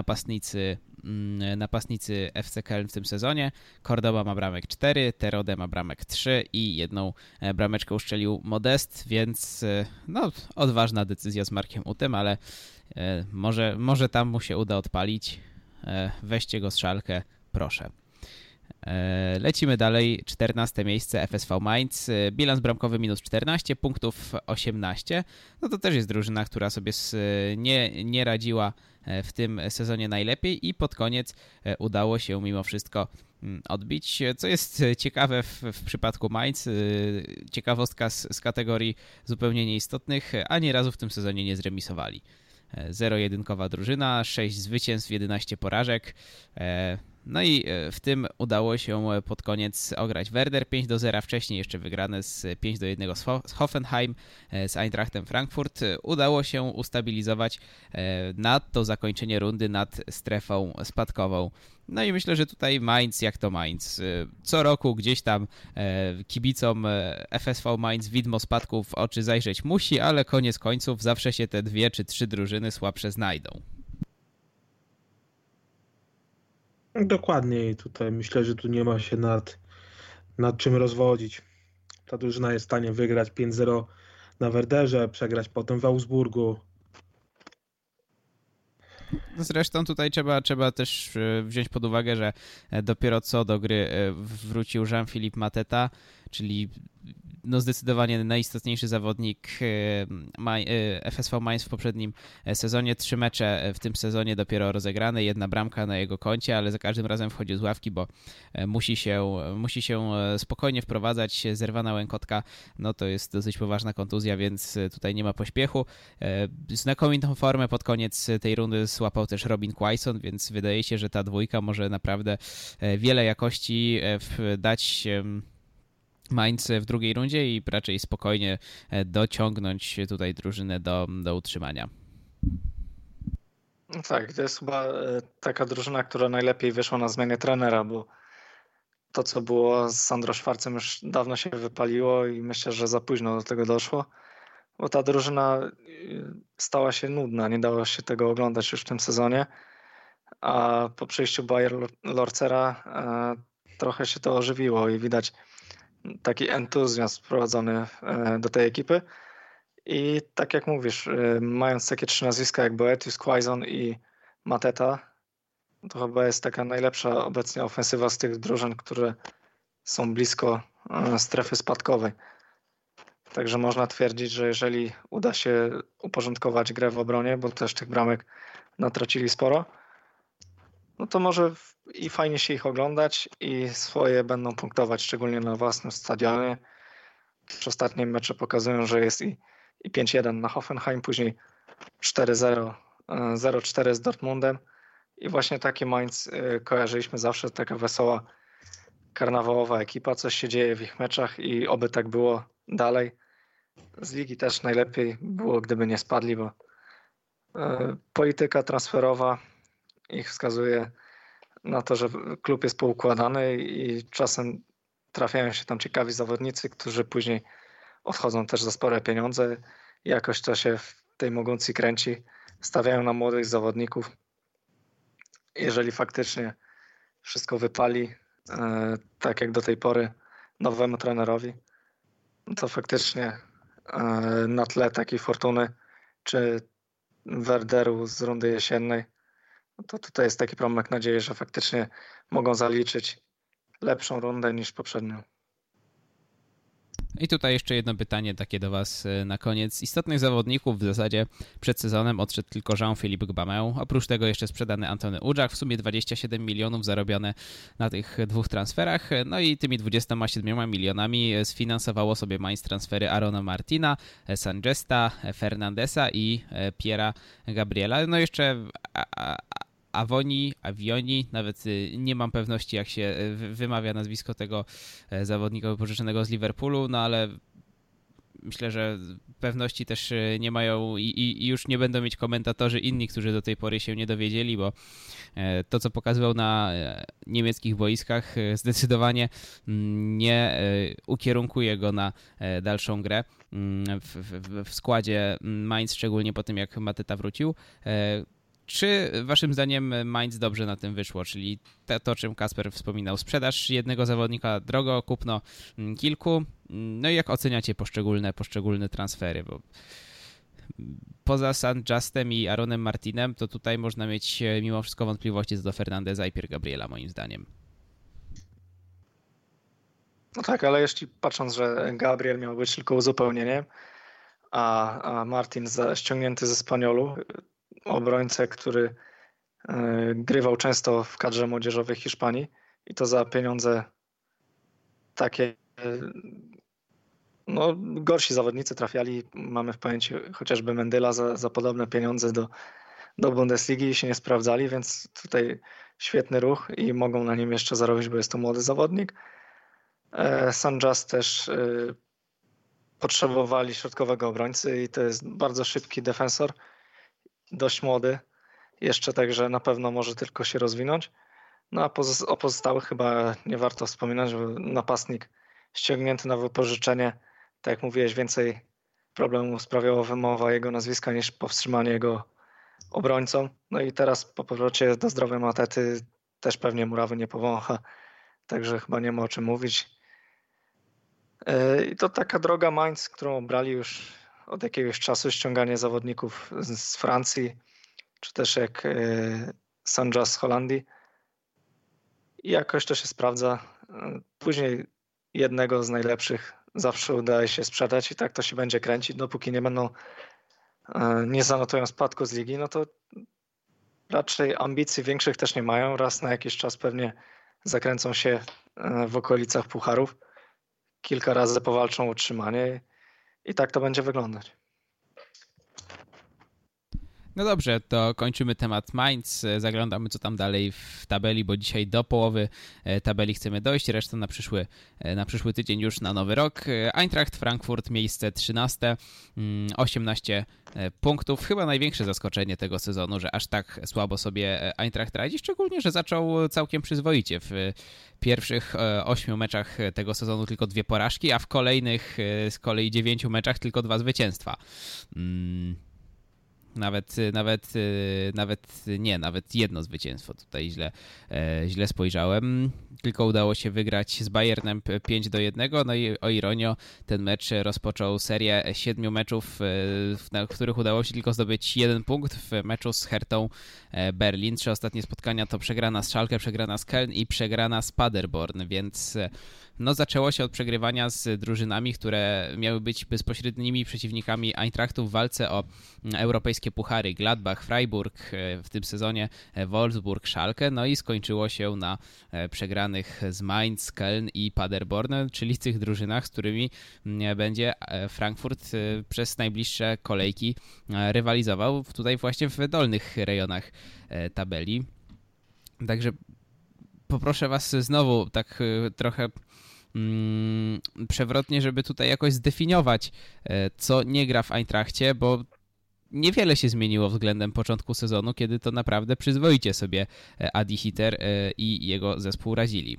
napastnicy FC Köln w tym sezonie. Cordoba ma bramek 4, Terode ma bramek 3 i jedną brameczkę uszczelił Modest, więc no odważna decyzja z Markiem Uthem, ale może tam mu się uda odpalić. Weźcie go z Schalke, proszę. Lecimy dalej, 14 miejsce FSV Mainz, bilans bramkowy minus 14, punktów 18, no to też jest drużyna, która sobie nie radziła w tym sezonie najlepiej i pod koniec udało się mimo wszystko odbić, co jest ciekawe w przypadku Mainz, ciekawostka z kategorii zupełnie nieistotnych, ani razu w tym sezonie nie zremisowali. 0-1 drużyna, 6 zwycięstw, 11 porażek. No i w tym udało się pod koniec ograć Werder 5-0, wcześniej jeszcze wygrane z 5-1 z Hoffenheim, z Eintrachtem Frankfurt. Udało się ustabilizować nad to zakończenie rundy nad strefą spadkową. No i myślę, że tutaj Mainz, jak to Mainz, co roku gdzieś tam kibicom FSV Mainz widmo spadku w oczy zajrzeć musi, ale koniec końców zawsze się te 2 czy 3 drużyny słabsze znajdą. Dokładnie i tutaj myślę, że tu nie ma się nad czym rozwodzić. Ta drużyna jest w stanie wygrać 5-0 na Werderze, przegrać potem w Augsburgu. Zresztą tutaj trzeba też wziąć pod uwagę, że dopiero co do gry wrócił Jean-Philippe Mateta, czyli no zdecydowanie najistotniejszy zawodnik FSV Mainz w poprzednim sezonie. 3 mecze w tym sezonie dopiero rozegrane, 1 bramka na jego koncie, ale za każdym razem wchodził z ławki, bo musi się spokojnie wprowadzać. Zerwana łękotka, no to jest dosyć poważna kontuzja, więc tutaj nie ma pośpiechu. Znakomitą formę pod koniec tej rundy złapał też Robin Quaison, więc wydaje się, że ta dwójka może naprawdę wiele jakości dać Mainz w drugiej rundzie i raczej spokojnie dociągnąć tutaj drużynę do utrzymania. No tak, to jest chyba taka drużyna, która najlepiej wyszła na zmianę trenera, bo to, co było z Sandro Schwarzem, już dawno się wypaliło i myślę, że za późno do tego doszło, bo ta drużyna stała się nudna, nie dało się tego oglądać już w tym sezonie, a po przyjściu Bayer Lorcera trochę się to ożywiło i widać taki entuzjazm wprowadzony do tej ekipy. I tak jak mówisz, mając takie 3 nazwiska jak Boetius, Quaison i Mateta, to chyba jest taka najlepsza obecnie ofensywa z tych drużyn, które są blisko strefy spadkowej. Także można twierdzić, że jeżeli uda się uporządkować grę w obronie, bo też tych bramek natracili sporo, no to może i fajnie się ich oglądać i swoje będą punktować, szczególnie na własnym stadionie. Już ostatnie mecze pokazują, że jest i 5-1 na Hoffenheim, później 4-0, 0-4 z Dortmundem I właśnie taki Mainz kojarzyliśmy zawsze, taka wesoła, karnawałowa ekipa, coś się dzieje w ich meczach i oby tak było dalej. Z ligi też najlepiej było, gdyby nie spadli, bo polityka transferowa ich wskazuje na to, że klub jest poukładany i czasem trafiają się tam ciekawi zawodnicy, którzy później odchodzą też za spore pieniądze. Jakoś to się w tej mogącej kręci. Stawiają na młodych zawodników. Jeżeli faktycznie wszystko wypali tak jak do tej pory nowemu trenerowi, to faktycznie na tle takiej Fortuny czy Werderu z rundy jesiennej, to tutaj jest taki promyk nadziei, że faktycznie mogą zaliczyć lepszą rundę niż poprzednią. I tutaj jeszcze jedno pytanie takie do Was na koniec. Istotnych zawodników w zasadzie przed sezonem odszedł tylko Jean-Philippe Gbamin. Oprócz tego jeszcze sprzedany Antony Udżak. W sumie 27 milionów zarobione na tych dwóch transferach. No i tymi 27 milionami sfinansowało sobie Mainz transfery Arona Martina, Sangesta, Fernandesa i Piera Gabriela. No jeszcze Avioni, nawet nie mam pewności, jak się wymawia nazwisko tego zawodnika wypożyczonego z Liverpoolu, no ale myślę, że pewności też nie mają i już nie będą mieć komentatorzy inni, którzy do tej pory się nie dowiedzieli, bo to, co pokazywał na niemieckich boiskach, zdecydowanie nie ukierunkuje go na dalszą grę w składzie Mainz, szczególnie po tym, jak Mateta wrócił. Czy waszym zdaniem Mainz dobrze na tym wyszło? Czyli to, o czym Kasper wspominał, sprzedaż jednego zawodnika drogo, kupno kilku. No i jak oceniacie poszczególne transfery? Bo poza Saint-Justem i Aaronem Martinem, to tutaj można mieć mimo wszystko wątpliwości co do Fernandeza i Pierre Gabriela, moim zdaniem. No tak, ale jeśli patrząc, że Gabriel miał być tylko uzupełnieniem, a Martin ściągnięty ze Spaniolu, obrońcę, który grywał często w kadrze młodzieżowej Hiszpanii i to za pieniądze takie, no gorsi zawodnicy trafiali, mamy w pamięci chociażby Mendyla za podobne pieniądze do Bundesligi i się nie sprawdzali, więc tutaj świetny ruch i mogą na nim jeszcze zarobić, bo jest to młody zawodnik. Saint-Just też potrzebowali środkowego obrońcy i to jest bardzo szybki defensor, dość młody jeszcze, także na pewno może tylko się rozwinąć. No a o pozostałych chyba nie warto wspominać, bo napastnik ściągnięty na wypożyczenie, tak jak mówiłeś, więcej problemów sprawiało wymowa jego nazwiska niż powstrzymanie jego obrońcą. No i teraz po powrocie do zdrowej Matety też pewnie murawy nie powącha, także chyba nie ma o czym mówić. I to taka droga Mainz, którą obrali już od jakiegoś czasu, ściąganie zawodników z Francji, czy też jak Saint-Just z Holandii. I jakoś to się sprawdza. Później jednego z najlepszych zawsze udaje się sprzedać i tak to się będzie kręcić, dopóki nie zanotują spadku z ligi, no to raczej ambicji większych też nie mają. Raz na jakiś czas pewnie zakręcą się w okolicach pucharów. Kilka razy powalczą o utrzymanie i tak to będzie wyglądać. No dobrze, to kończymy temat Mainz, zaglądamy co tam dalej w tabeli, bo dzisiaj do połowy tabeli chcemy dojść, resztę na przyszły tydzień już na nowy rok. Eintracht Frankfurt, miejsce 13, 18 punktów. Chyba największe zaskoczenie tego sezonu, że aż tak słabo sobie Eintracht radzi, szczególnie, że zaczął całkiem przyzwoicie. W pierwszych 8 meczach tego sezonu tylko 2 porażki, a w kolejnych z kolei 9 meczach tylko 2 zwycięstwa. Nawet jedno zwycięstwo. Tutaj źle spojrzałem. Tylko udało się wygrać z Bayernem 5-1. No i o ironio, ten mecz rozpoczął serię 7 meczów, w których udało się tylko zdobyć 1 punkt w meczu z Hertą Berlin. 3 ostatnie spotkania to przegrana z Schalke, przegrana z Köln i przegrana z Paderborn, więc no zaczęło się od przegrywania z drużynami, które miały być bezpośrednimi przeciwnikami Eintrachtu w walce o europejskie puchary. Gladbach, Freiburg, w tym sezonie Wolfsburg, Schalke, no i skończyło się na przegranych z Mainz, Köln i Paderborn, czyli tych drużynach, z którymi będzie Frankfurt przez najbliższe kolejki rywalizował tutaj właśnie w dolnych rejonach tabeli. Także poproszę was znowu tak trochę przewrotnie, żeby tutaj jakoś zdefiniować, co nie gra w Eintrachcie, bo niewiele się zmieniło względem początku sezonu, kiedy to naprawdę przyzwoicie sobie Adi Hütter i jego zespół radzili.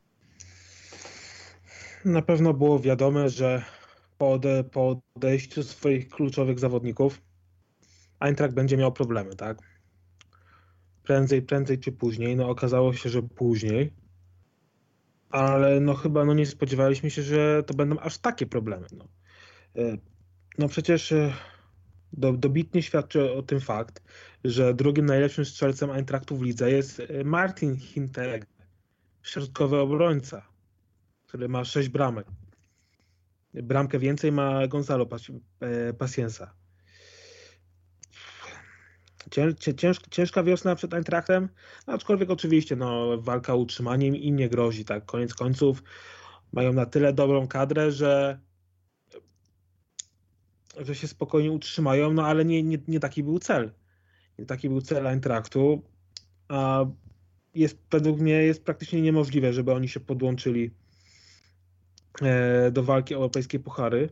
Na pewno było wiadome, że po odejściu swoich kluczowych zawodników Eintracht będzie miał problemy, tak? Prędzej czy później. No okazało się, że później. Ale no chyba nie spodziewaliśmy się, że to będą aż takie problemy. No przecież dobitnie świadczy o tym fakt, że drugim najlepszym strzelcem Eintrachtu w lidze jest Martin Hinteregger, środkowy obrońca, który ma 6 bramek. Bramkę więcej ma Gonzalo Pacienza. Ciężka wiosna przed Eintrachtem, aczkolwiek oczywiście walka o utrzymanie im nie grozi. Tak? Koniec końców mają na tyle dobrą kadrę, że się spokojnie utrzymają, ale nie taki był cel. Nie taki był cel Eintrachtu, a według mnie jest praktycznie niemożliwe, żeby oni się podłączyli do walki o europejskie puchary.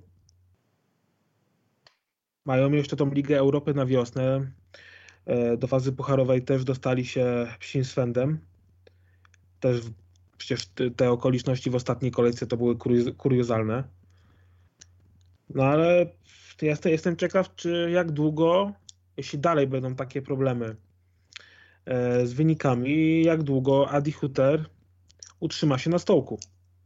Mają jeszcze tą Ligę Europy na wiosnę. Do fazy pucharowej też dostali się psim swędem. Też przecież te okoliczności w ostatniej kolejce to były kuriozalne. No ale ja jestem ciekaw, jak długo, jeśli dalej będą takie problemy z wynikami, jak długo Adi Hütter utrzyma się na stołku.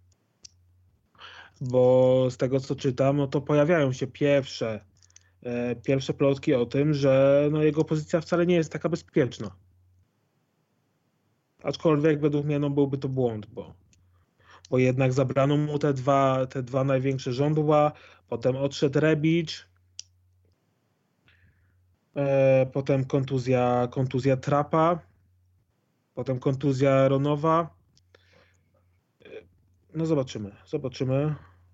Bo z tego co czytam, to pojawiają się pierwsze plotki o tym, że jego pozycja wcale nie jest taka bezpieczna. Aczkolwiek według mnie byłby to błąd, bo jednak zabrano mu te dwa największe żądła, potem odszedł Rebic, potem kontuzja Trapa, potem kontuzja Ronowa. No zobaczymy.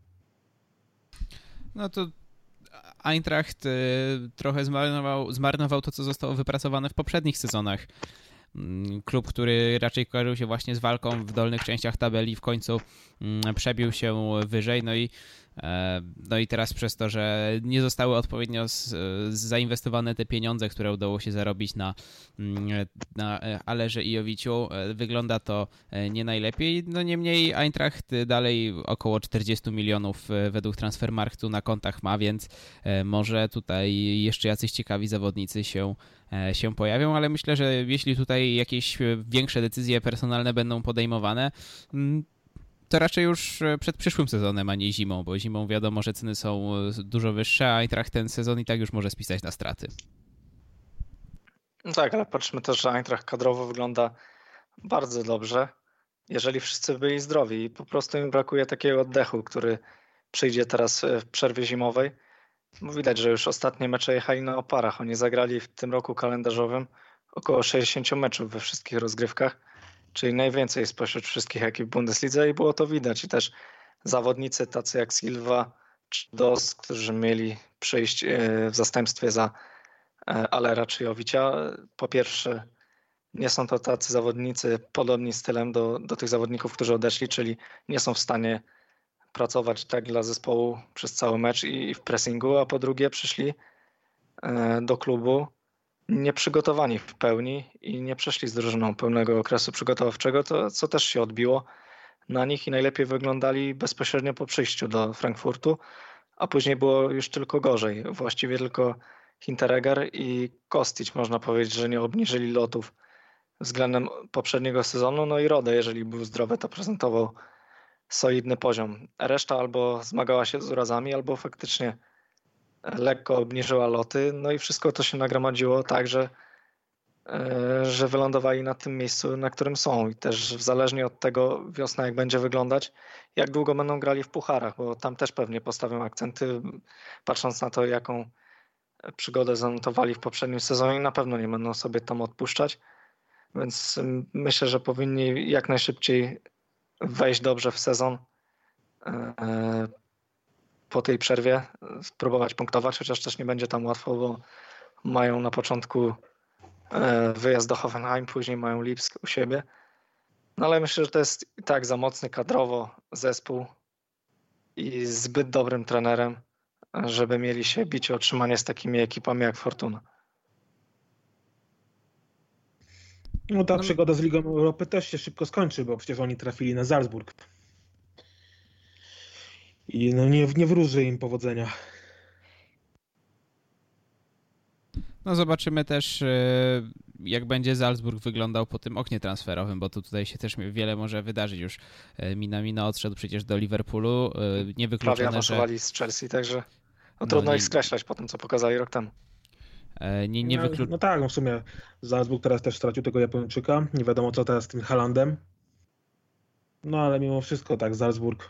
No to Eintracht trochę zmarnował to, co zostało wypracowane w poprzednich sezonach. Klub, który raczej kojarzył się właśnie z walką w dolnych częściach tabeli, w końcu przebił się wyżej, no i teraz przez to, że nie zostały odpowiednio zainwestowane te pieniądze, które udało się zarobić na Alerze i Jowiciu, wygląda to nie najlepiej. No niemniej Eintracht dalej około 40 milionów według Transfermarktu na kontach ma, więc może tutaj jeszcze jacyś ciekawi zawodnicy się pojawią, ale myślę, że jeśli tutaj jakieś większe decyzje personalne będą podejmowane, to raczej już przed przyszłym sezonem, a nie zimą, bo zimą wiadomo, że ceny są dużo wyższe, a Eintracht ten sezon i tak już może spisać na straty. No tak, ale patrzmy też, że Eintracht kadrowo wygląda bardzo dobrze, jeżeli wszyscy byli zdrowi i po prostu im brakuje takiego oddechu, który przyjdzie teraz w przerwie zimowej. Widać, że już ostatnie mecze jechali na oparach. Oni zagrali w tym roku kalendarzowym około 60 meczów we wszystkich rozgrywkach, czyli najwięcej spośród wszystkich ekip w Bundeslidze i było to widać. I też zawodnicy tacy jak Silva czy Dos, którzy mieli przyjść w zastępstwie za Alera czy Jovicia, po pierwsze nie są to tacy zawodnicy podobni stylem do tych zawodników, którzy odeszli, czyli nie są w stanie pracować tak dla zespołu przez cały mecz i w pressingu, a po drugie przyszli do klubu nieprzygotowani w pełni i nie przeszli z drużyną pełnego okresu przygotowawczego, to co też się odbiło na nich i najlepiej wyglądali bezpośrednio po przyjściu do Frankfurtu, a później było już tylko gorzej. Właściwie tylko Hinteregger i Kostic można powiedzieć, że nie obniżyli lotów względem poprzedniego sezonu, no i Rode, jeżeli był zdrowy, to prezentował solidny poziom. Reszta albo zmagała się z urazami, albo faktycznie lekko obniżyła loty, no i wszystko to się nagromadziło tak, że wylądowali na tym miejscu, na którym są i też zależnie od tego wiosna jak będzie wyglądać, jak długo będą grali w pucharach, bo tam też pewnie postawią akcenty, patrząc na to jaką przygodę zanotowali w poprzednim sezonie, na pewno nie będą sobie tam odpuszczać, więc myślę, że powinni jak najszybciej wejść dobrze w sezon po tej przerwie, spróbować punktować, chociaż też nie będzie tam łatwo, bo mają na początku wyjazd do Hoffenheim, później mają Lipsk u siebie. No ale myślę, że to jest i tak za mocny kadrowo zespół i zbyt dobrym trenerem, żeby mieli się bić o utrzymanie z takimi ekipami jak Fortuna. No ta przygoda z Ligą Europy też się szybko skończy, bo przecież oni trafili na Salzburg. I no nie wróży im powodzenia. No zobaczymy też, jak będzie Salzburg wyglądał po tym oknie transferowym, bo tutaj się też wiele może wydarzyć już. Minamino odszedł przecież do Liverpoolu. Niewykluczone, prawie awansowali że... z Chelsea, także trudno ich skreślać po tym, co pokazali rok temu. No tak, no w sumie Salzburg teraz też stracił tego Japończyka. Nie wiadomo, co teraz z tym Haalandem. No ale mimo wszystko tak, Salzburg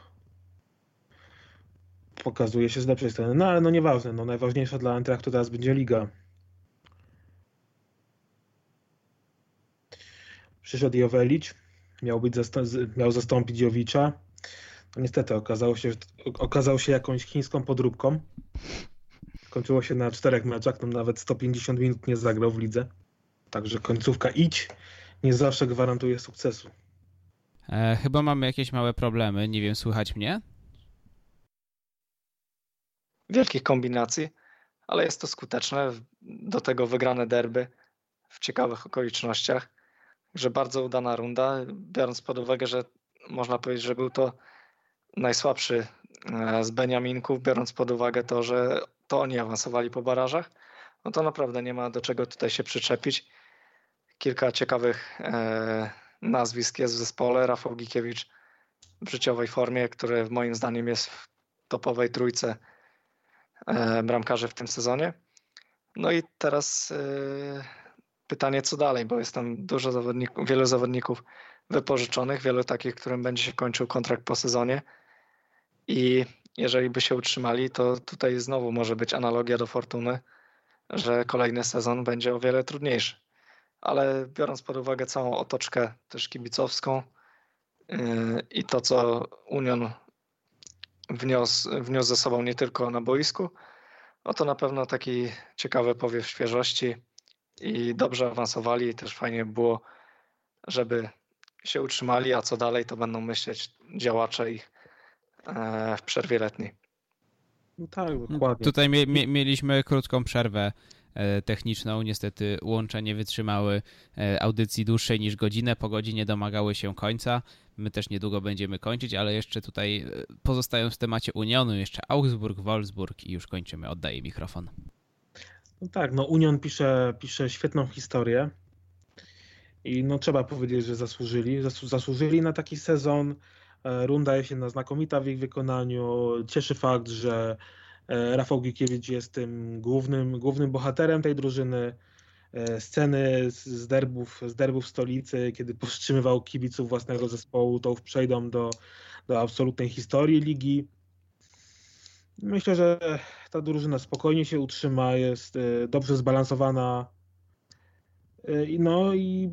pokazuje się z lepszej strony. No ale no nieważne, no najważniejsza dla Eintrachtu teraz będzie Liga. Przyszedł Jowelić, miał zastąpić Jowicza. No niestety okazał się jakąś chińską podróbką. Kończyło się na 4 meczach, tam nawet 150 minut nie zagrał w lidze. Także końcówka nie zawsze gwarantuje sukcesu. Chyba mamy jakieś małe problemy, nie wiem, słychać mnie? Wielkich kombinacji, ale jest to skuteczne. Do tego wygrane derby w ciekawych okolicznościach. Że bardzo udana runda, biorąc pod uwagę, że można powiedzieć, że był to najsłabszy z Beniaminków, biorąc pod uwagę to, że to oni awansowali po barażach, no to naprawdę nie ma do czego tutaj się przyczepić. Kilka ciekawych nazwisk jest w zespole. Rafał Gikiewicz w życiowej formie, który moim zdaniem jest w topowej trójce bramkarzy w tym sezonie. No i teraz pytanie, co dalej, bo jest tam wielu zawodników wypożyczonych, wielu takich, którym będzie się kończył kontrakt po sezonie i jeżeli by się utrzymali, to tutaj znowu może być analogia do Fortuny, że kolejny sezon będzie o wiele trudniejszy. Ale biorąc pod uwagę całą otoczkę też kibicowską i to, co Union wniósł ze sobą nie tylko na boisku, no to na pewno taki ciekawy powiew świeżości i dobrze awansowali i też fajnie było, żeby się utrzymali, a co dalej to będą myśleć działacze ich w przerwie letniej. No tak, dokładnie. Tutaj mieliśmy krótką przerwę techniczną. Niestety łącza nie wytrzymały audycji dłuższej niż godzinę. Po godzinie domagały się końca. My też niedługo będziemy kończyć, ale jeszcze tutaj pozostając w temacie Unionu, jeszcze Augsburg, Wolfsburg i już kończymy. Oddaję mikrofon. No tak, no Union pisze świetną historię i no trzeba powiedzieć, że zasłużyli na taki sezon. Runda jest jedna znakomita w ich wykonaniu. Cieszy fakt, że Rafał Gikiewicz jest tym głównym bohaterem tej drużyny. Sceny z derbów stolicy, kiedy powstrzymywał kibiców własnego zespołu, to już przejdą do absolutnej historii ligi. Myślę, że ta drużyna spokojnie się utrzyma, jest dobrze zbalansowana. No i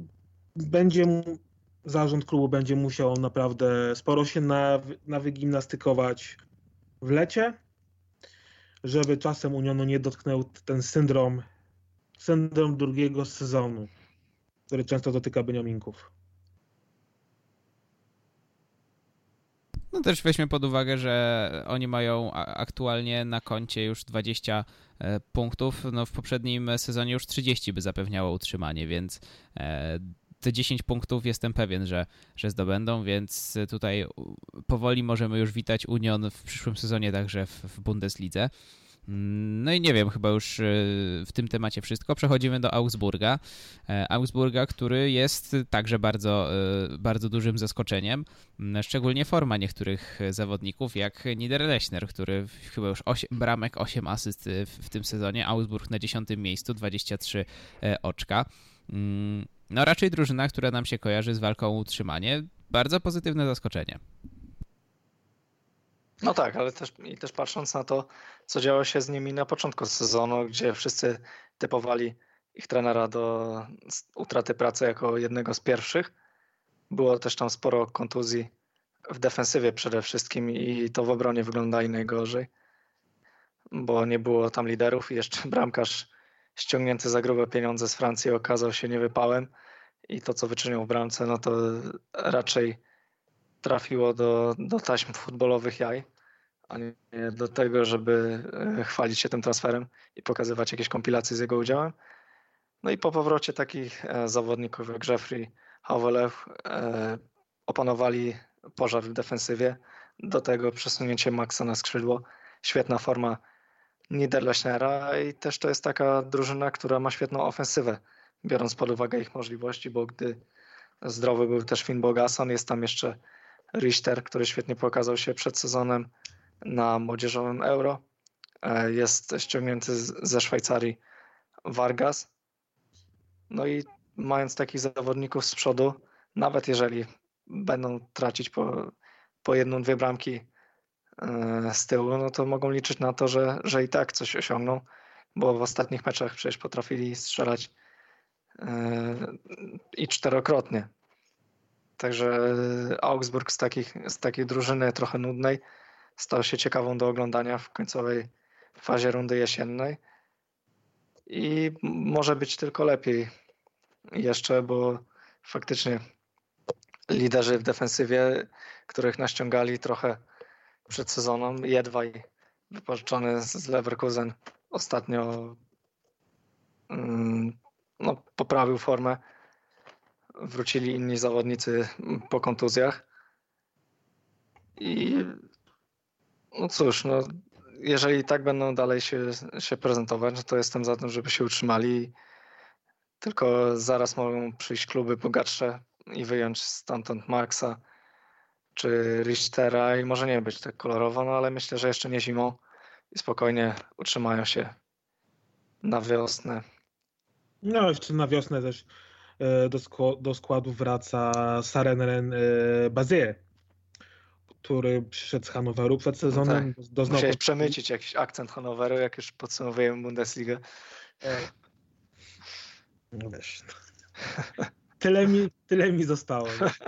zarząd klubu będzie musiał naprawdę sporo się wygimnastykować w lecie, żeby czasem Unionu nie dotknął ten syndrom drugiego sezonu, który często dotyka Beniaminków. No też weźmy pod uwagę, że oni mają aktualnie na koncie już 20 punktów. No w poprzednim sezonie już 30 by zapewniało utrzymanie, więc te 10 punktów jestem pewien, że zdobędą, więc tutaj powoli możemy już witać Union w przyszłym sezonie także w Bundeslidze. No i nie wiem, chyba już w tym temacie wszystko. Przechodzimy do Augsburga. Augsburga, który jest także bardzo, bardzo dużym zaskoczeniem. Szczególnie forma niektórych zawodników, jak Niederlechner, który chyba już 8 bramek, 8 asyst w tym sezonie. Augsburg na 10. miejscu, 23 oczka. No raczej drużyna, która nam się kojarzy z walką o utrzymanie. Bardzo pozytywne zaskoczenie. No tak, ale też patrząc na to, co działo się z nimi na początku sezonu, gdzie wszyscy typowali ich trenera do utraty pracy jako jednego z pierwszych. Było też tam sporo kontuzji w defensywie przede wszystkim i to w obronie wyglądali najgorzej, bo nie było tam liderów i jeszcze bramkarz ściągnięty za grube pieniądze z Francji okazał się niewypałem i to, co wyczynił w bramce, no to raczej trafiło do taśm futbolowych jaj, a nie do tego, żeby chwalić się tym transferem i pokazywać jakieś kompilacje z jego udziałem. No i po powrocie takich zawodników jak Jeffrey, Howelew opanowali pożar w defensywie. Do tego przesunięcie Maxa na skrzydło. Świetna forma Niederlechnera i też to jest taka drużyna, która ma świetną ofensywę, biorąc pod uwagę ich możliwości, bo gdy zdrowy był też Finn Bogason, jest tam jeszcze Richter, który świetnie pokazał się przed sezonem na młodzieżowym Euro. Jest ściągnięty ze Szwajcarii Vargas. No i mając takich zawodników z przodu, nawet jeżeli będą tracić po jedną, dwie bramki z tyłu, no to mogą liczyć na to, że i tak coś osiągną, bo w ostatnich meczach przecież potrafili strzelać i czterokrotnie. Także Augsburg z takiej drużyny trochę nudnej stał się ciekawą do oglądania w końcowej fazie rundy jesiennej i może być tylko lepiej jeszcze, bo faktycznie liderzy w defensywie, których naściągali trochę przed sezonem, Jedwaj wypożyczony z Leverkusen ostatnio poprawił formę. Wrócili inni zawodnicy po kontuzjach. I no cóż, jeżeli tak będą dalej się prezentować, to jestem za tym, żeby się utrzymali. Tylko zaraz mogą przyjść kluby bogatsze i wyjąć stamtąd Maxa czy Richtera i może nie być tak kolorowo, ale myślę, że jeszcze nie zimą i spokojnie utrzymają się na wiosnę. No jeszcze na wiosnę też do składu wraca Sarenren Bazier, który przyszedł z Hannoweru przed sezonem. Tak. Musiałeś przemycić jakiś akcent Hannoweru, jak już podsumowujemy Bundesligę. No wiesz, tyle mi zostało.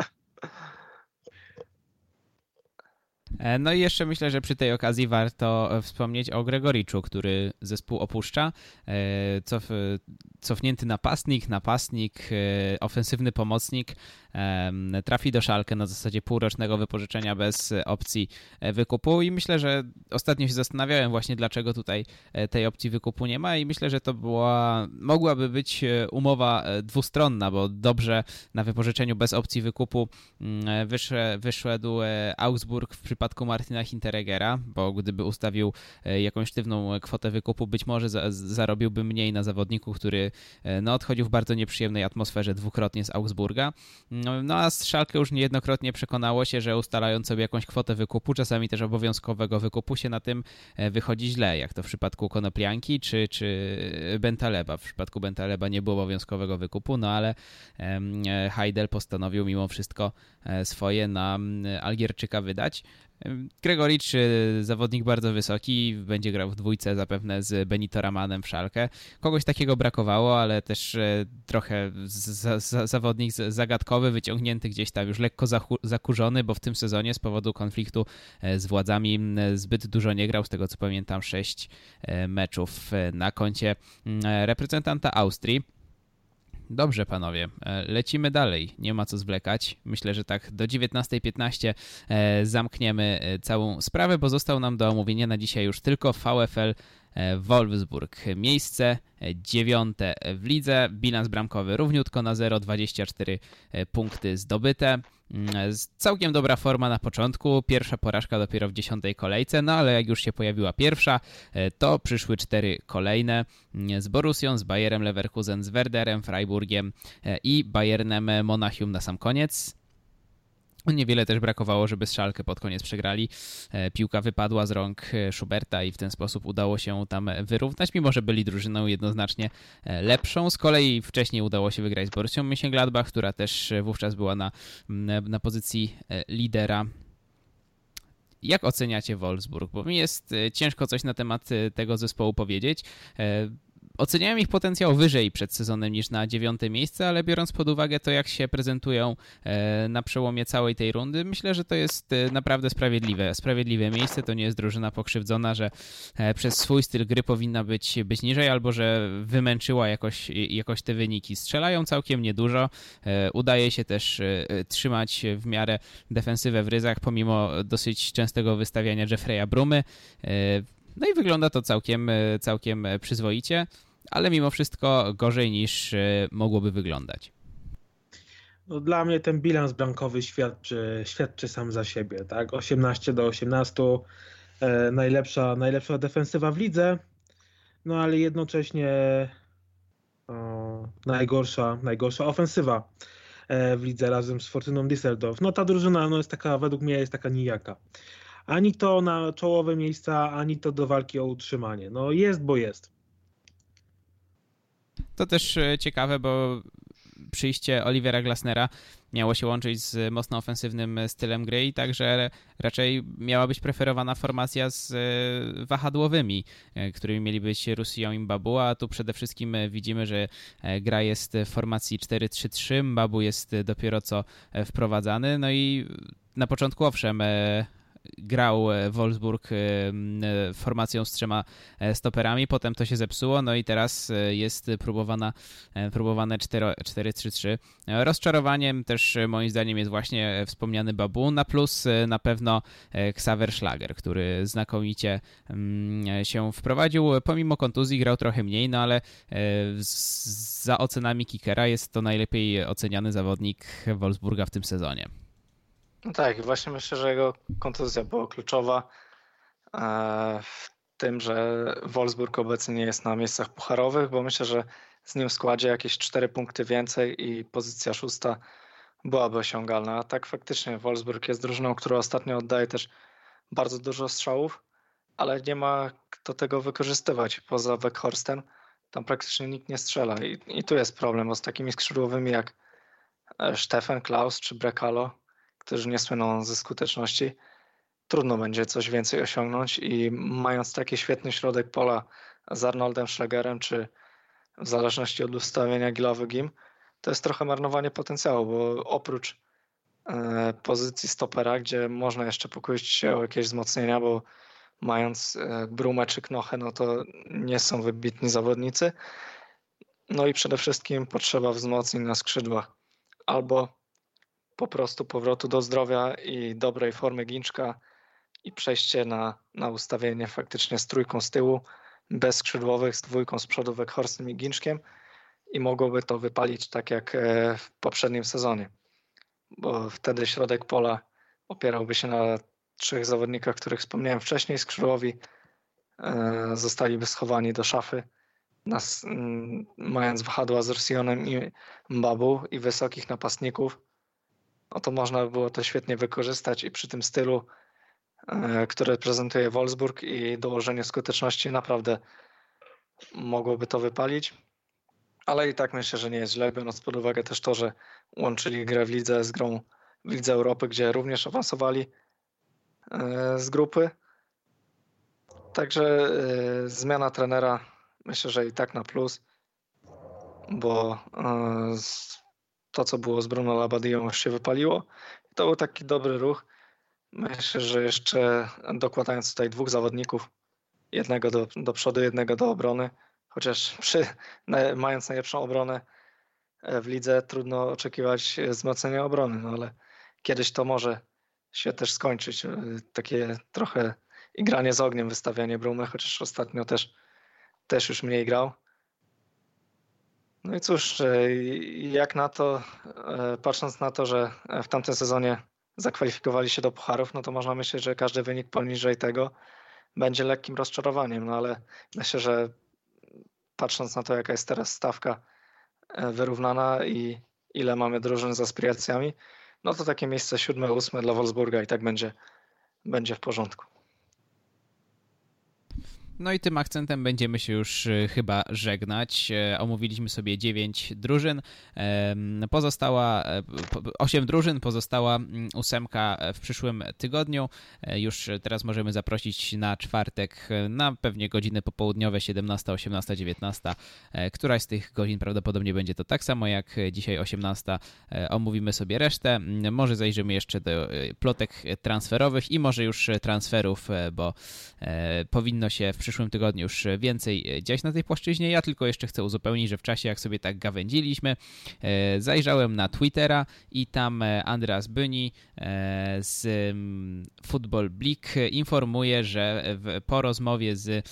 No i jeszcze myślę, że przy tej okazji warto wspomnieć o Gregoriczu, który zespół opuszcza. Cofnięty napastnik, ofensywny pomocnik trafi do Schalke na zasadzie półrocznego wypożyczenia bez opcji wykupu i myślę, że ostatnio się zastanawiałem właśnie, dlaczego tutaj tej opcji wykupu nie ma i myślę, że to mogłaby być umowa dwustronna, bo dobrze na wypożyczeniu bez opcji wykupu wyszedł Augsburg w przypadku Martina Hintereggera, bo gdyby ustawił jakąś sztywną kwotę wykupu, być może zarobiłby mniej na zawodniku, który odchodził w bardzo nieprzyjemnej atmosferze dwukrotnie z Augsburga. No a z Schalke już niejednokrotnie przekonało się, że ustalając sobie jakąś kwotę wykupu, czasami też obowiązkowego wykupu, się na tym wychodzi źle, jak to w przypadku Konoplianki czy Bentaleba. W przypadku Bentaleba nie było obowiązkowego wykupu, ale Heidel postanowił mimo wszystko swoje na Algierczyka wydać. Gregoricz, zawodnik bardzo wysoki, będzie grał w dwójce zapewne z Benito Ramanem w Schalke. Kogoś takiego brakowało, ale też trochę zawodnik zagadkowy, wyciągnięty gdzieś tam, już lekko zakurzony, bo w tym sezonie z powodu konfliktu z władzami zbyt dużo nie grał, z tego co pamiętam 6 meczów na koncie reprezentanta Austrii. Dobrze, panowie, lecimy dalej, nie ma co zwlekać. Myślę, że tak do 19:15 zamkniemy całą sprawę, bo został nam do omówienia na dzisiaj już tylko VfL Wolfsburg. Miejsce 9 w lidze, bilans bramkowy równiutko na 0, 24 punkty zdobyte. Całkiem dobra forma na początku, pierwsza porażka dopiero w 10. kolejce, ale jak już się pojawiła pierwsza, to przyszły 4 kolejne z Borussią, z Bayerem Leverkusen, z Werderem, Freiburgiem i Bayernem Monachium na sam koniec. Niewiele też brakowało, żeby z Schalke pod koniec przegrali. Piłka wypadła z rąk Schuberta i w ten sposób udało się tam wyrównać, mimo że byli drużyną jednoznacznie lepszą. Z kolei wcześniej udało się wygrać z Borussią Mönchengladbach, która też wówczas była na pozycji lidera. Jak oceniacie Wolfsburg? Bo mi jest ciężko coś na temat tego zespołu powiedzieć. oceniałem ich potencjał wyżej przed sezonem niż na 9. miejsce, ale biorąc pod uwagę to, jak się prezentują na przełomie całej tej rundy, myślę, że to jest naprawdę sprawiedliwe miejsce. To nie jest drużyna pokrzywdzona, że przez swój styl gry powinna być niżej, albo że wymęczyła jakoś te wyniki. Strzelają całkiem niedużo, udaje się też trzymać w miarę defensywę w ryzach, pomimo dosyć częstego wystawiania Jeffrey'a Brumy. No i wygląda to całkiem przyzwoicie, ale mimo wszystko gorzej niż mogłoby wyglądać. No, dla mnie ten bilans bramkowy świadczy sam za siebie, tak? 18-18, najlepsza defensywa w lidze, no ale jednocześnie najgorsza ofensywa w lidze razem z Fortuną Düsseldorf. No ta drużyna jest taka, według mnie jest taka nijaka. Ani to na czołowe miejsca, ani to do walki o utrzymanie. No jest, bo jest. To też ciekawe, bo przyjście Olivera Glasnera miało się łączyć z mocno ofensywnym stylem gry i także raczej miała być preferowana formacja z wahadłowymi, którymi mieli być Roussillon i Mbabu, a tu przede wszystkim widzimy, że gra jest w formacji 4-3-3, Mbabu jest dopiero co wprowadzany, no i na początku owszem grał Wolfsburg formacją z 3 stoperami, potem to się zepsuło, no i teraz jest próbowane 4-3-3. Rozczarowaniem też moim zdaniem jest właśnie wspomniany Babu, na plus na pewno Xaver Schlager, który znakomicie się wprowadził, pomimo kontuzji grał trochę mniej, no ale za ocenami Kickera jest to najlepiej oceniany zawodnik Wolfsburga w tym sezonie. No tak, właśnie myślę, że jego kontuzja była kluczowa w tym, że Wolfsburg obecnie nie jest na miejscach pucharowych, bo myślę, że z nim w składzie jakieś 4 punkty więcej i pozycja 6 byłaby osiągalna. A tak faktycznie Wolfsburg jest drużyną, która ostatnio oddaje też bardzo dużo strzałów, ale nie ma kto tego wykorzystywać poza Weghorstem. Tam praktycznie nikt nie strzela i tu jest problem, bo z takimi skrzydłowymi jak Stefan Klaus czy Brekalo, którzy nie słyną ze skuteczności, trudno będzie coś więcej osiągnąć i mając taki świetny środek pola z Arnoldem Schlagerem, czy w zależności od ustawienia Gilowy Gim, to jest trochę marnowanie potencjału, bo oprócz pozycji stopera, gdzie można jeszcze pokusić się o jakieś wzmocnienia, bo mając Brumę czy Knoche, no to nie są wybitni zawodnicy. No i przede wszystkim potrzeba wzmocnień na skrzydłach. Albo po prostu powrotu do zdrowia i dobrej formy Ginczka i przejście na ustawienie faktycznie z 3 z tyłu, bez skrzydłowych, z 2 z przodu Weghorstem i Ginczkiem i mogłoby to wypalić tak jak w poprzednim sezonie, bo wtedy środek pola opierałby się na 3 zawodnikach, których wspomniałem wcześniej, skrzydłowi zostaliby schowani do szafy, mając wahadła z Roussillionem i Mbabu i wysokich napastników, no to można by było to świetnie wykorzystać i przy tym stylu, który prezentuje Wolfsburg i dołożeniu skuteczności naprawdę mogłoby to wypalić. Ale i tak myślę, że nie jest źle, biorąc pod uwagę też to, że łączyli grę w lidze z grą w Lidze Europy, gdzie również awansowali z grupy. Także zmiana trenera myślę, że i tak na plus, bo to, co było z Bruno Labbadia, już się wypaliło. To był taki dobry ruch. Myślę, że jeszcze dokładając tutaj 2 zawodników, jednego do przodu, jednego do obrony, chociaż mając najlepszą obronę w lidze, trudno oczekiwać wzmocnienia obrony, no ale kiedyś to może się też skończyć. Takie trochę igranie z ogniem, wystawianie Brumy, chociaż ostatnio też już mniej grał. No i cóż, jak na to, patrząc na to, że w tamtym sezonie zakwalifikowali się do pucharów, no to można myśleć, że każdy wynik poniżej tego będzie lekkim rozczarowaniem, no ale myślę, że patrząc na to, jaka jest teraz stawka wyrównana i ile mamy drużyn z aspiracjami, no to takie miejsce 7., 8. dla Wolfsburga i tak będzie w porządku. No i tym akcentem będziemy się już chyba żegnać. Omówiliśmy sobie 9 drużyn. 8 drużyn, pozostała 8 w przyszłym tygodniu. Już teraz możemy zaprosić na czwartek na pewnie godziny popołudniowe 17, 18, 19. Któraś z tych godzin prawdopodobnie będzie to tak samo jak dzisiaj 18. Omówimy sobie resztę. Może zajrzymy jeszcze do plotek transferowych i może już transferów, bo powinno się w przyszłym tygodniu już więcej dziać na tej płaszczyźnie. Ja tylko jeszcze chcę uzupełnić, że w czasie jak sobie tak gawędziliśmy, zajrzałem na Twittera i tam Andreas Byni z Football Blick informuje, że po rozmowie z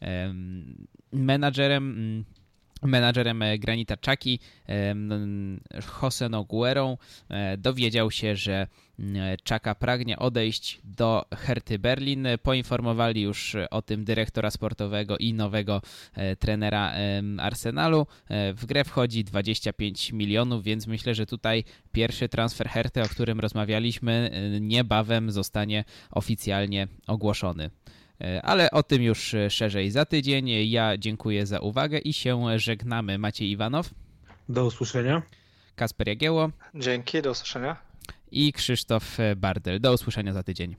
menadżerem Granita Xhaki, José Nogueirą, dowiedział się, że Xhaka pragnie odejść do Herty Berlin. Poinformowali już o tym dyrektora sportowego i nowego trenera Arsenalu. W grę wchodzi 25 milionów, więc myślę, że tutaj pierwszy transfer Herty, o którym rozmawialiśmy, niebawem zostanie oficjalnie ogłoszony. Ale o tym już szerzej za tydzień. Ja dziękuję za uwagę i się żegnamy. Maciej Iwanow. Do usłyszenia. Kasper Jagiełło. Dzięki, do usłyszenia. I Krzysztof Bardel. Do usłyszenia za tydzień.